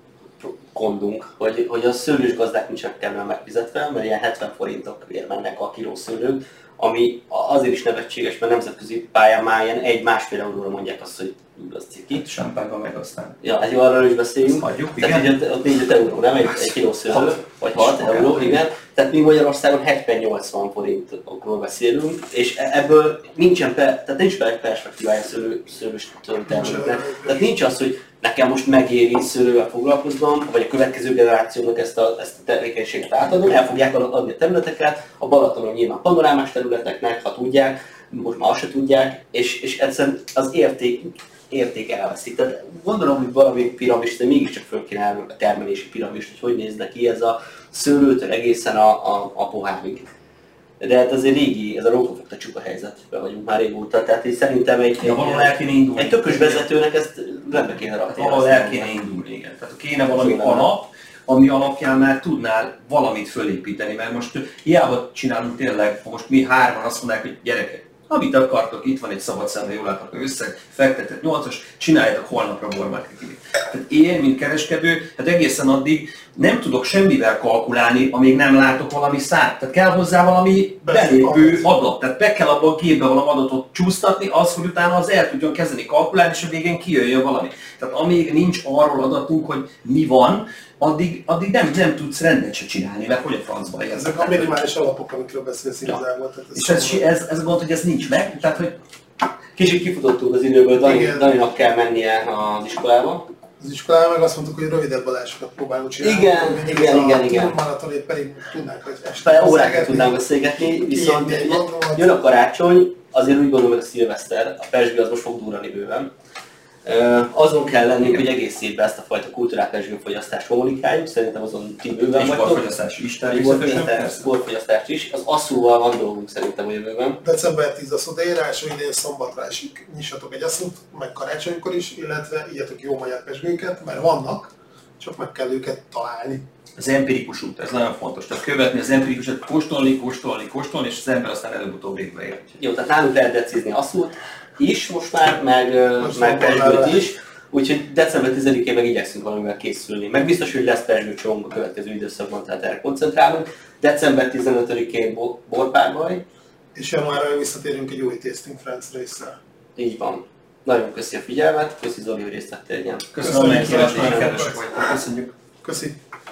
gondunk, hogy, hogy a szőlős gazdák nincsenek kellően megfizetve, mert ilyen hetven forintokért mennek a kiló szőlők, ami azért is nevetséges, mert nemzetközi pályán már ilyen egy-másfél euróra mondják azt, hogy igaz ciki. Champagne-ban meg aztán. Ja, hát jó, arról is beszéljünk. Hagyjuk, tehát igen. Ugye ott négy euró, nem? Egy, egy kiló szőlő, vagy hat euró, igen. Tehát mi Magyarországon hetven-nyolcvan forintokról beszélünk, és ebből nincsen, pe, tehát nincs perspektívája szőlő, szőlős termelőknek. Tehát nincs az, hogy nekem most megéri szőlővel foglalkoznom, vagy a következő generációnak ezt a, ezt a tevékenységet átadom, el fogják adni a területeket, a Balatonon nyilván panorámás területeknek, ha tudják, most már azt se tudják, és, és egyszerűen az érték, érték elveszik. Tehát gondolom, hogy valami piramis, de mégiscsak föl kéne állni a termelési piramist, hogy hogy néz neki ez a szőlőtől egészen a, a, a pohárig. De hát azért régi, ez a rókafogta csupa helyzetben vagyunk már régóta, tehát én szerintem egy, egy, egy, egy tökös vezetőnek ezt rendbe kéne rakni. Valahol el kéne indulni, igen. Tehát kéne valami alap, ami alapján már tudnál valamit fölépíteni, mert most hiába csinálunk tényleg, ha most mi hárman azt mondják, hogy gyerekek, amit akartok, itt van egy szabad szemre jól látható összeg, fektetett nyolcas, csináljátok holnapra bormarketinget. Tehát én, mint kereskedő, hát egészen addig nem tudok semmivel kalkulálni, amíg nem látok valami szállt. Tehát kell hozzá valami belépő adat. Tehát be kell abban a gépbe valami adatot csúsztatni, az, hogy utána az el tudjon kezdeni kalkulálni, és a végén kijöjjön valami. Tehát amíg nincs arról adatunk, hogy mi van, addig, addig nem, nem tudsz rendet se csinálni, mert hogy a francba érzek. Ezek a minimális alapok, amikről beszélsz igazából. Ja. És ez, ez, ez gond, hogy ez nincs meg, tehát hogy... Kicsit kifutottunk az időből, Dani, Daninak kell mennie az iskolába. Az iskolában meg azt mondtuk, hogy rövidebb adásokat próbálunk csinálni. Igen, igen, igen, igen. Maratonét pedig tudnánk, hogy este órákat tudnánk beszélgetni, viszont jön a karácsony, azért úgy gondolom, hogy a szilveszter, a Pezsgő az most fog durrani bőven. Azon kell lennünk, hogy egész évben ezt a fajta kultúrát pezsgőfogyasztást kommunikáljuk, szerintem azon ti bőven vagytok. És borfogyasztás is, természetesen. Borfogyasztást is, az asszúval van dolgunk szerintem a jövőben. december tíz asszú délrása, idén szombatra esik, nyissatok egy asszút, meg karácsonykor is, illetve igyatok jó magyar pezsgőket, mert vannak, csak meg kell őket találni. Az empirikus út, ez nagyon fontos. Tehát követni az empirikusat, kóstolni, kóstolni, kóstolni, és az ember aztán előbb-utóbb végbe ér. Jó, tehát nálunk lehet decizni asszút is most már, meg, meg pezsgőt is. Úgyhogy december tizedikén meg igyekszünk valamivel készülni. Meg biztos, hogy lesz pezsgő csomag a következő időszakban, tehát erre koncentrálunk. december tizenötödikén borpárbaj. És januárra visszatérünk egy új Tasting Friends résszel. Így van. Nagyon köszi a figyelmet, köszi Zoli, hogy részt vettél. Köszönöm, hogy kedvesek vagytok. Köszönjük. Köszi.